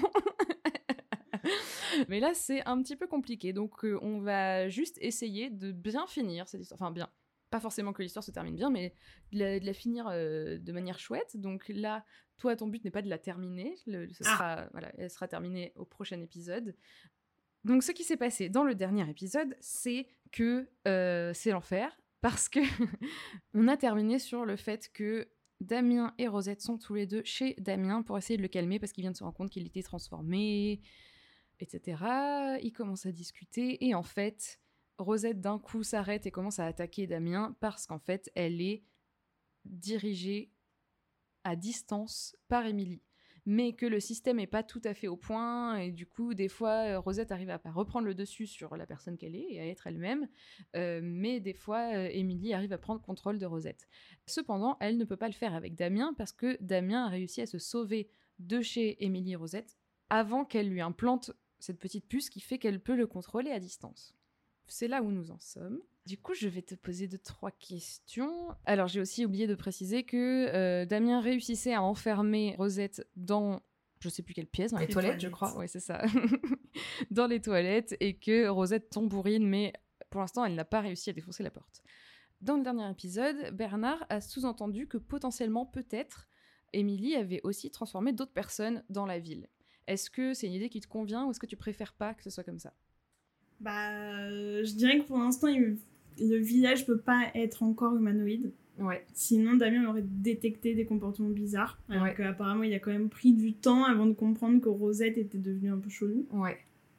Speaker 3: Mais là, c'est un petit peu compliqué. Donc, euh, on va juste essayer de bien finir cette histoire. Enfin, bien. Pas forcément que l'histoire se termine bien, mais de la, de la finir euh, de manière chouette. Donc là, toi, ton but n'est pas de la terminer. Le, ce sera, ah. voilà, elle sera terminée au prochain épisode. Donc, ce qui s'est passé dans le dernier épisode, c'est que euh, c'est l'enfer. Parce que on a terminé sur le fait que Damien et Rosette sont tous les deux chez Damien pour essayer de le calmer parce qu'il vient de se rendre compte qu'il était transformé, et cetera. Ils commencent à discuter et en fait... Rosette d'un coup s'arrête et commence à attaquer Damien parce qu'en fait elle est dirigée à distance par Émilie, mais que le système n'est pas tout à fait au point et du coup des fois Rosette arrive à reprendre le dessus sur la personne qu'elle est et à être elle-même, euh, mais des fois euh, Émilie arrive à prendre contrôle de Rosette. Cependant elle ne peut pas le faire avec Damien parce que Damien a réussi à se sauver de chez Émilie et Rosette avant qu'elle lui implante cette petite puce qui fait qu'elle peut le contrôler à distance. C'est là où nous en sommes. Du coup, je vais te poser deux, trois questions. Alors, j'ai aussi oublié de préciser que euh, Damien réussissait à enfermer Rosette dans, je sais plus quelle pièce, dans les, les toilettes, toilettes, je crois. Oui, c'est ça. Dans les toilettes, et que Rosette tambourine, mais pour l'instant, elle n'a pas réussi à défoncer la porte. Dans le dernier épisode, Bernard a sous-entendu que potentiellement, peut-être, Émilie avait aussi transformé d'autres personnes dans la ville. Est-ce que c'est une idée qui te convient ou est-ce que tu préfères pas que ce soit comme ça ?
Speaker 2: Bah, euh, je dirais que pour l'instant, il, le village peut pas être encore humanoïde.
Speaker 3: Ouais.
Speaker 2: Sinon, Damien aurait détecté des comportements bizarres. Alors
Speaker 3: ouais.
Speaker 2: qu'apparemment, il a quand même pris du temps avant de comprendre que Rosette était devenue un peu chelou.
Speaker 3: Ouais.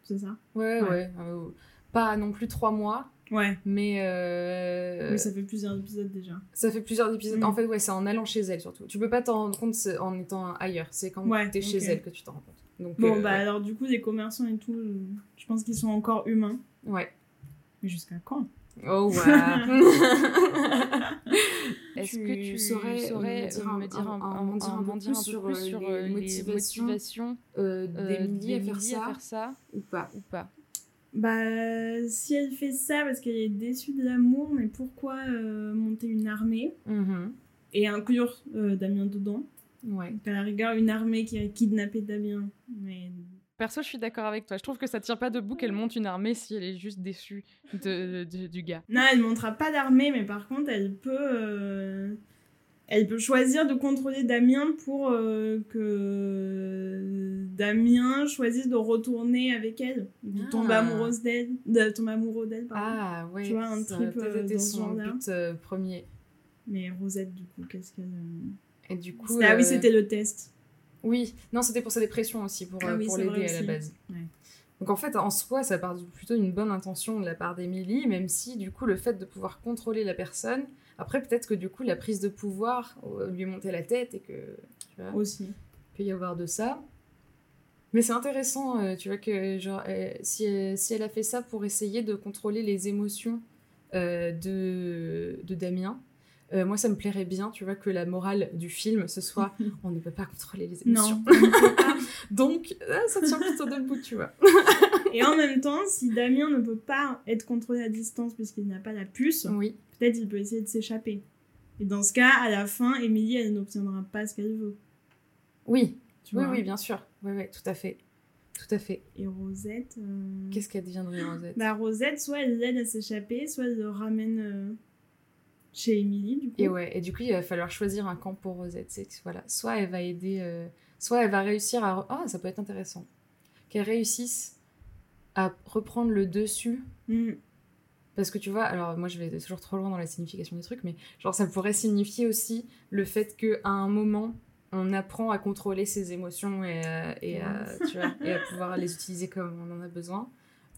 Speaker 2: c'est ça?
Speaker 3: Ouais, ouais.
Speaker 2: Ouais.
Speaker 3: euh, pas non plus trois mois,
Speaker 2: Ouais.
Speaker 3: mais euh,
Speaker 2: Oui, ça fait plusieurs épisodes déjà.
Speaker 3: ça fait plusieurs épisodes.
Speaker 2: Mm.
Speaker 3: En fait, ouais, c'est en allant chez elle surtout. Tu peux pas t'en rendre compte c'est- en étant ailleurs. C'est quand
Speaker 2: Ouais,
Speaker 3: t'es chez
Speaker 2: ok.
Speaker 3: elle que tu t'en rends compte. Donc,
Speaker 2: Bon,
Speaker 3: euh,
Speaker 2: bah
Speaker 3: ouais.
Speaker 2: alors du coup, les commerçants et tout, euh, je pense qu'ils sont encore humains.
Speaker 3: Ouais.
Speaker 2: Mais jusqu'à quand?
Speaker 3: Oh, ouais. Est-ce
Speaker 1: Tu-
Speaker 3: que tu saurais,
Speaker 1: saurais
Speaker 3: me dire un,
Speaker 1: me dire un-
Speaker 3: un-
Speaker 1: un-
Speaker 3: m'en dire un,
Speaker 1: un-
Speaker 3: peu
Speaker 1: m'en dire
Speaker 3: plus
Speaker 1: un peu
Speaker 3: sur,
Speaker 1: plus
Speaker 3: euh,
Speaker 1: sur
Speaker 3: les,
Speaker 1: euh, les
Speaker 3: motivations,
Speaker 1: motivations
Speaker 3: euh,
Speaker 1: euh,
Speaker 3: d'Emilie à faire
Speaker 1: d'Emilie
Speaker 3: ça,
Speaker 1: à faire ça
Speaker 3: ou pas?
Speaker 1: ou pas?
Speaker 2: Bah, si elle fait ça parce qu'elle est déçue de l'amour, mais pourquoi euh, monter une armée
Speaker 3: Mhm.
Speaker 2: et inclure euh, Damien dedans?
Speaker 3: Ouais.
Speaker 2: Donc, à la rigueur, une armée qui a kidnappé Damien. Mais
Speaker 1: Perso, je suis d'accord avec toi. Je trouve que ça tient pas debout qu'elle monte une armée si elle est juste déçue de, de- du gars.
Speaker 2: non, elle montera pas d'armée, mais par contre, elle peut, euh, elle peut choisir de contrôler Damien pour euh, que Damien choisisse de retourner avec elle, de
Speaker 3: Ah.
Speaker 2: tomber amoureuse d'elle, de tomber amoureux d'elle, pardon.
Speaker 3: Ah, ouais.
Speaker 2: Tu vois, un
Speaker 3: ça
Speaker 2: trip,
Speaker 3: a peut-être
Speaker 2: euh,
Speaker 3: été
Speaker 2: dans ce
Speaker 3: son
Speaker 2: genre-là.
Speaker 3: but euh, premier.
Speaker 2: Mais Rosette, du coup, qu'est-ce qu'elle... euh,
Speaker 3: Et du coup.
Speaker 2: Ah oui,
Speaker 3: euh,
Speaker 2: c'était le test.
Speaker 3: Oui, non, c'était pour sa dépression aussi, pour,
Speaker 2: Ah
Speaker 3: euh,
Speaker 2: oui,
Speaker 3: pour
Speaker 2: c'est
Speaker 3: l'aider
Speaker 2: vrai
Speaker 3: à la
Speaker 2: aussi.
Speaker 3: base.
Speaker 2: Ouais.
Speaker 3: Donc en fait, en soi, ça part du- plutôt d'une bonne intention de la part d'Emily, même si du coup, le fait de pouvoir contrôler la personne, après peut-être que du coup, la prise de pouvoir euh, lui est montée la tête et que, tu vois,
Speaker 2: Aussi.
Speaker 3: peut y avoir de ça. Mais c'est intéressant, euh, tu vois, que genre, euh, si, elle, si elle a fait ça pour essayer de contrôler les émotions euh, de, de Damien, euh, moi ça me plairait bien, tu vois, que la morale du film, ce soit on ne peut pas contrôler les émotions.
Speaker 2: Non.
Speaker 3: Donc, ah, ça tient plutôt debout, tu vois.
Speaker 2: Et en même temps, si Damien ne peut pas être contrôlé à distance puisqu'il n'a pas la puce,
Speaker 3: Oui,
Speaker 2: peut-être il peut essayer de s'échapper. Et dans ce cas, à la fin, Émilie, elle n'obtiendra pas ce qu'elle veut.
Speaker 3: oui,
Speaker 2: Tu
Speaker 3: oui,
Speaker 2: vois.
Speaker 3: oui, bien sûr. Oui, oui, tout à fait. Tout à fait.
Speaker 2: Et Rosette... euh,
Speaker 3: Qu'est-ce qu'elle deviendrait, Rosette?
Speaker 2: Bah, Rosette, soit elle l'aide à s'échapper, soit elle le ramène euh, chez Émilie, du coup.
Speaker 3: Et ouais, et du coup, il va falloir choisir un camp pour Rosette. C'est que, voilà, soit elle va aider, euh, soit elle va réussir à... Ah, ça peut être intéressant. Qu'elle réussisse à reprendre le dessus.
Speaker 2: Mm.
Speaker 3: Parce que tu vois, alors moi je vais toujours trop loin dans la signification des trucs, mais genre ça pourrait signifier aussi le fait qu'à un moment, on apprend à contrôler ses émotions et, à- et, à, tu vois, et à pouvoir les utiliser comme on en a besoin.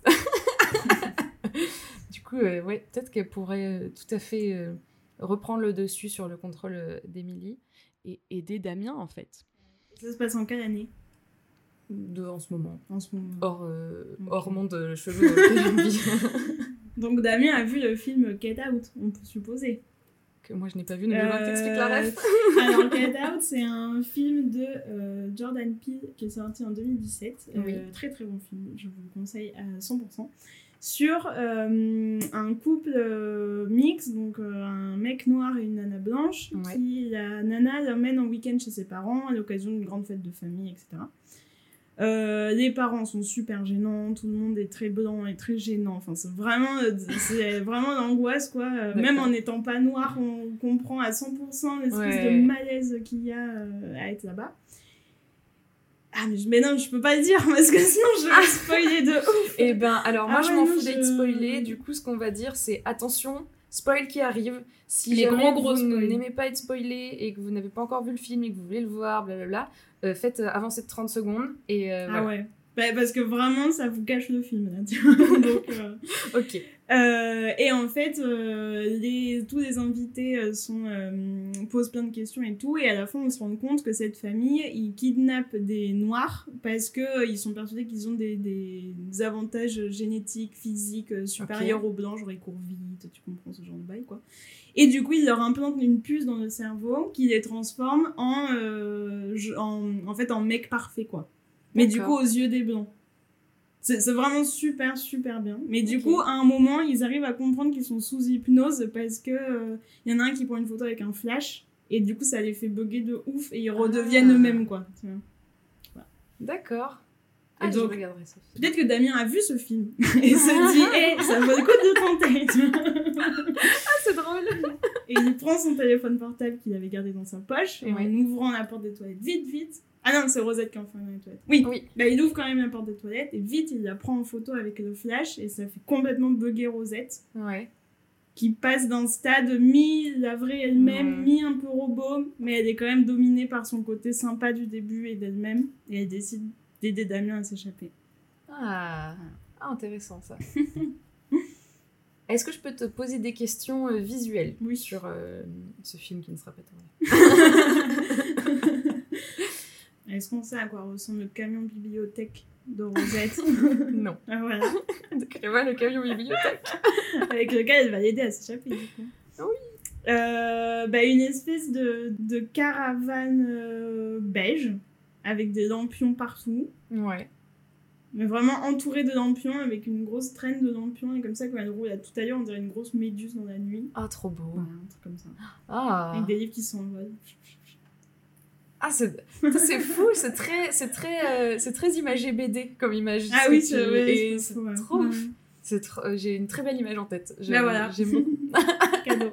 Speaker 3: Du coup, euh, ouais, peut-être qu'elle pourrait euh, tout à fait euh, reprendre le dessus sur le contrôle euh, d'Emily
Speaker 1: Et aider Damien, en fait.
Speaker 2: Ça se passe en quelle année,
Speaker 3: de en ce moment.
Speaker 2: en ce moment?
Speaker 3: Hors, euh,
Speaker 2: Ok.
Speaker 3: hors monde euh, chelou dans lequel je vis.
Speaker 2: Donc Damien a vu le film Get Out, on peut supposer.
Speaker 3: Que moi je n'ai pas vu, ne me
Speaker 2: Euh,
Speaker 3: t'expliques la ref.
Speaker 2: Alors, Get Out, c'est un film de euh, Jordan Peele qui est sorti en deux mille dix-sept. Euh,
Speaker 3: Oui.
Speaker 2: très très bon film, je vous le conseille à cent pour cent. Sur euh, un couple euh, mixte, donc euh, un mec noir et une nana blanche,
Speaker 3: Ouais.
Speaker 2: qui la nana l'emmène en week-end chez ses parents à l'occasion d'une grande fête de famille, et cetera. Euh, les parents sont super gênants, tout le monde est très blanc et très gênant. Enfin, c'est vraiment, c'est vraiment l'angoisse, quoi. Euh, même en n'étant pas noir, on comprend à cent pour cent l'espèce
Speaker 3: Ouais.
Speaker 2: de malaise qu'il y a euh, à être là-bas. Ah, mais, je, mais non, je peux pas le dire parce que sinon je vais spoiler de ouf.
Speaker 3: Eh ben, alors moi
Speaker 2: Ah
Speaker 3: je
Speaker 2: ouais,
Speaker 3: m'en
Speaker 2: non,
Speaker 3: fous
Speaker 2: je-
Speaker 3: d'être spoilé. Du coup, ce qu'on va dire, c'est attention, spoil qui arrive. Si
Speaker 2: Les
Speaker 3: jamais
Speaker 2: gros, gros
Speaker 3: vous
Speaker 2: spoils.
Speaker 3: n'aimez pas être spoilé et que vous n'avez pas encore vu le film et que vous voulez le voir, blablabla, euh, faites euh, avancer de trente secondes. Et euh,
Speaker 2: Ah
Speaker 3: voilà.
Speaker 2: ouais. Bah, parce que vraiment, ça vous cache le film, là, tu vois. Donc, euh,
Speaker 3: Ok.
Speaker 2: Euh, et en fait, euh, les, tous les invités euh, sont, euh, posent plein de questions et tout, et à la fin, on se rend compte que cette famille, ils kidnappent des Noirs parce que euh, ils sont persuadés qu'ils ont des, des avantages génétiques, physiques euh, supérieurs aux Blancs, genre ils courent vite, tu comprends ce genre de bail, quoi. Et du coup, ils leur implantent une puce dans le cerveau qui les transforme en, euh, je- en, en fait, en mec parfait, quoi. Mais du coup,
Speaker 3: D'accord.
Speaker 2: aux yeux des Blancs. C'est c'est vraiment super, super bien. Mais du
Speaker 3: Ok.
Speaker 2: coup, à un moment, ils arrivent à comprendre qu'ils sont sous hypnose parce que euh, y en a un qui prend une photo avec un flash et du coup, ça les fait bugger de ouf et ils redeviennent
Speaker 3: Ah.
Speaker 2: eux-mêmes, quoi. Tu vois.
Speaker 3: D'accord.
Speaker 2: Et
Speaker 3: Ah, je
Speaker 2: donc,
Speaker 3: regarderai ça.
Speaker 2: peut-être que Damien a vu ce film et se dit, hé, ça vaut le coup de tenter. Tu vois.
Speaker 3: Ah, c'est drôle.
Speaker 2: Et il prend son téléphone portable qu'il avait gardé dans sa poche et
Speaker 3: Ouais.
Speaker 2: en ouvrant la porte des toilettes vite, vite. Ah non, c'est Rosette qui est enfermée dans les toilettes. Oui,
Speaker 3: Oui.
Speaker 2: bah, il ouvre quand même la porte des toilettes et vite, il la prend en photo avec le flash et ça fait complètement bugger Rosette,
Speaker 3: Ouais.
Speaker 2: qui passe d'un stade mi la vraie elle-même,
Speaker 3: Ouais.
Speaker 2: mi un peu robot, mais elle est quand même dominée par son côté sympa du début et d'elle-même, et elle décide d'aider Damien à s'échapper.
Speaker 3: Ah, ah intéressant ça. Est-ce que je peux te poser des questions euh, visuelles
Speaker 2: oui.
Speaker 3: sur euh, ce film qui ne sera pas tourné?
Speaker 2: Est-ce qu'on sait à quoi ressemble le camion bibliothèque de Rosette?
Speaker 3: Non.
Speaker 2: Ah, voilà.
Speaker 3: Décris-moi le camion bibliothèque.
Speaker 2: Avec lequel elle va l'aider à s'échapper, du coup.
Speaker 3: Oui.
Speaker 2: Euh, bah, une espèce de, de caravane euh, beige, avec des lampions partout.
Speaker 3: Ouais.
Speaker 2: Mais vraiment entourée de lampions, avec une grosse traîne de lampions. Et comme ça, quand elle roule à toute allure, on dirait une grosse méduse dans la nuit.
Speaker 3: Ah, trop beau.
Speaker 2: Voilà, un truc comme ça.
Speaker 3: Ah.
Speaker 2: Avec des livres qui s'envolent.
Speaker 3: Ah, c'est, c'est fou, c'est très, c'est très, euh, c'est très imagé B D comme image.
Speaker 2: Ah oui, c'est,
Speaker 3: qui,
Speaker 2: ouais,
Speaker 3: et
Speaker 2: c'est,
Speaker 3: c'est
Speaker 2: ouais.
Speaker 3: trop.
Speaker 2: Ouais.
Speaker 3: C'est trop, euh, j'ai une très belle image en tête. J'aime,
Speaker 2: Bah voilà.
Speaker 3: J'aime beaucoup.
Speaker 2: Cadeau.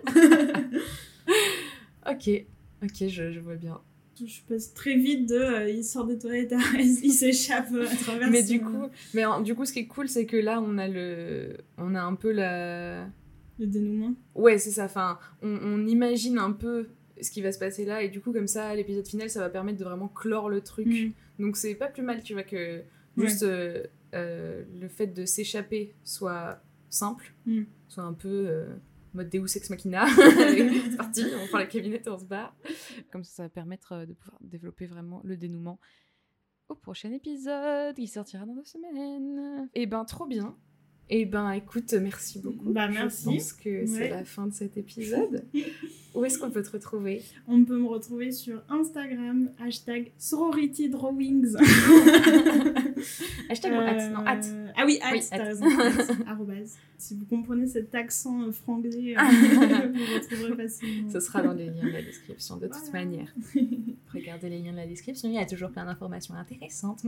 Speaker 3: Ok, ok, je, je vois bien.
Speaker 2: Je passe très vite de euh, il sort des toilettes, il s'échappe à travers.
Speaker 3: Mais
Speaker 2: son...
Speaker 3: du coup, mais en, du coup, ce qui est cool, c'est que là, on a le, on a un peu la.
Speaker 2: Le dénouement.
Speaker 3: Ouais, c'est ça. Enfin, on, on imagine un peu ce qui va se passer là, et du coup, comme ça, l'épisode final, ça va permettre de vraiment clore le truc.
Speaker 2: Mm.
Speaker 3: Donc, c'est pas plus mal, tu vois, que juste ouais. euh, euh, le fait de s'échapper soit simple,
Speaker 2: mm.
Speaker 3: soit un peu. Euh, mode Deus Ex Machina, c'est parti, on prend la cabinette et on se barre. Comme ça, ça va permettre de pouvoir développer vraiment le dénouement au prochain épisode, qui sortira dans deux semaines. Et ben, trop bien. Et ben, écoute, merci beaucoup.
Speaker 2: Bah, merci.
Speaker 3: Je pense que ouais. c'est la fin de cet épisode. Où est-ce qu'on peut te retrouver?
Speaker 2: On peut me retrouver sur Instagram, hashtag Sorority Drawings.
Speaker 3: Hashtag euh... at, non, at.
Speaker 2: Ah oui, at, oui, t'as at. raison. At, arrobase. Si vous comprenez cet accent franglais, euh, vous retrouverez facilement.
Speaker 3: Ce sera dans les liens de la description, de toute voilà. manière. Regardez les liens de la description, il y a toujours plein d'informations intéressantes.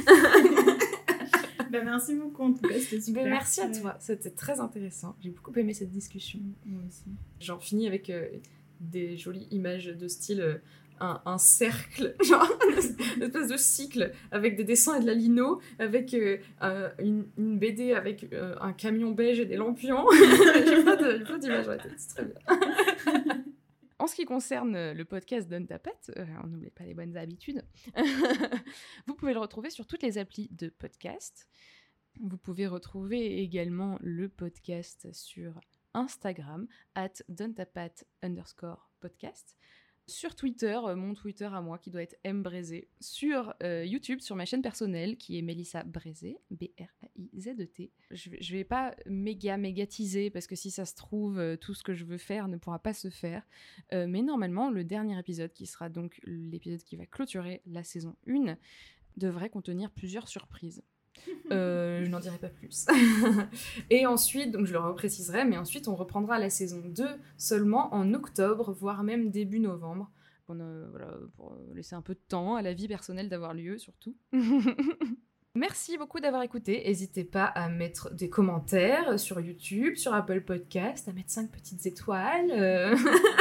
Speaker 2: Bah, merci beaucoup, en tout cas, c'était super.
Speaker 3: Bah, merci à toi, c'était très intéressant. J'ai beaucoup aimé cette discussion.
Speaker 2: Moi aussi.
Speaker 3: J'en finis avec euh, des jolies images de style euh, un, un cercle, genre une espèce de cycle avec des dessins et de la lino, avec euh, euh, une, une B D avec euh, un camion beige et des lampions. J'ai pas, de, pas d'images dans la tête, c'est très bien. En ce qui concerne le podcast Donne ta patte, euh, on n'oublie pas les bonnes habitudes, vous pouvez le retrouver sur toutes les applis de podcast. Vous pouvez retrouver également le podcast sur Instagram, at dontapat underscore podcast. Sur Twitter, euh, mon Twitter à moi qui doit être mbrézé. Sur euh, YouTube, sur ma chaîne personnelle qui est Mélissa Brézé, B R A I Z E T. Je, je vais pas méga méga teaser parce que si ça se trouve, euh, tout ce que je veux faire ne pourra pas se faire. Euh, mais normalement, le dernier épisode, qui sera donc l'épisode qui va clôturer la saison un, devrait contenir plusieurs surprises. Euh, je n'en dirai pas plus. Et ensuite, donc je le repréciserai, mais ensuite on reprendra la saison deux seulement en octobre, voire même début novembre, pour, ne, voilà, pour laisser un peu de temps à la vie personnelle d'avoir lieu surtout. Merci beaucoup d'avoir écouté. N'hésitez pas à mettre des commentaires sur YouTube, sur Apple Podcast, à mettre cinq petites étoiles. Euh...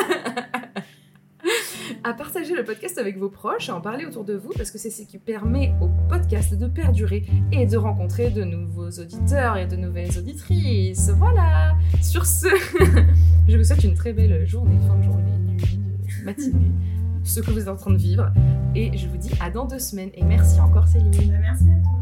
Speaker 3: à partager le podcast avec vos proches, à en parler autour de vous, parce que c'est ce qui permet au podcast de perdurer et de rencontrer de nouveaux auditeurs et de nouvelles auditrices. Voilà. Sur ce, je vous souhaite une très belle journée, fin de journée, nuit, matinée, ce que vous êtes en train de vivre, et je vous dis à dans deux semaines. Et merci encore Céline.
Speaker 2: Merci à toi.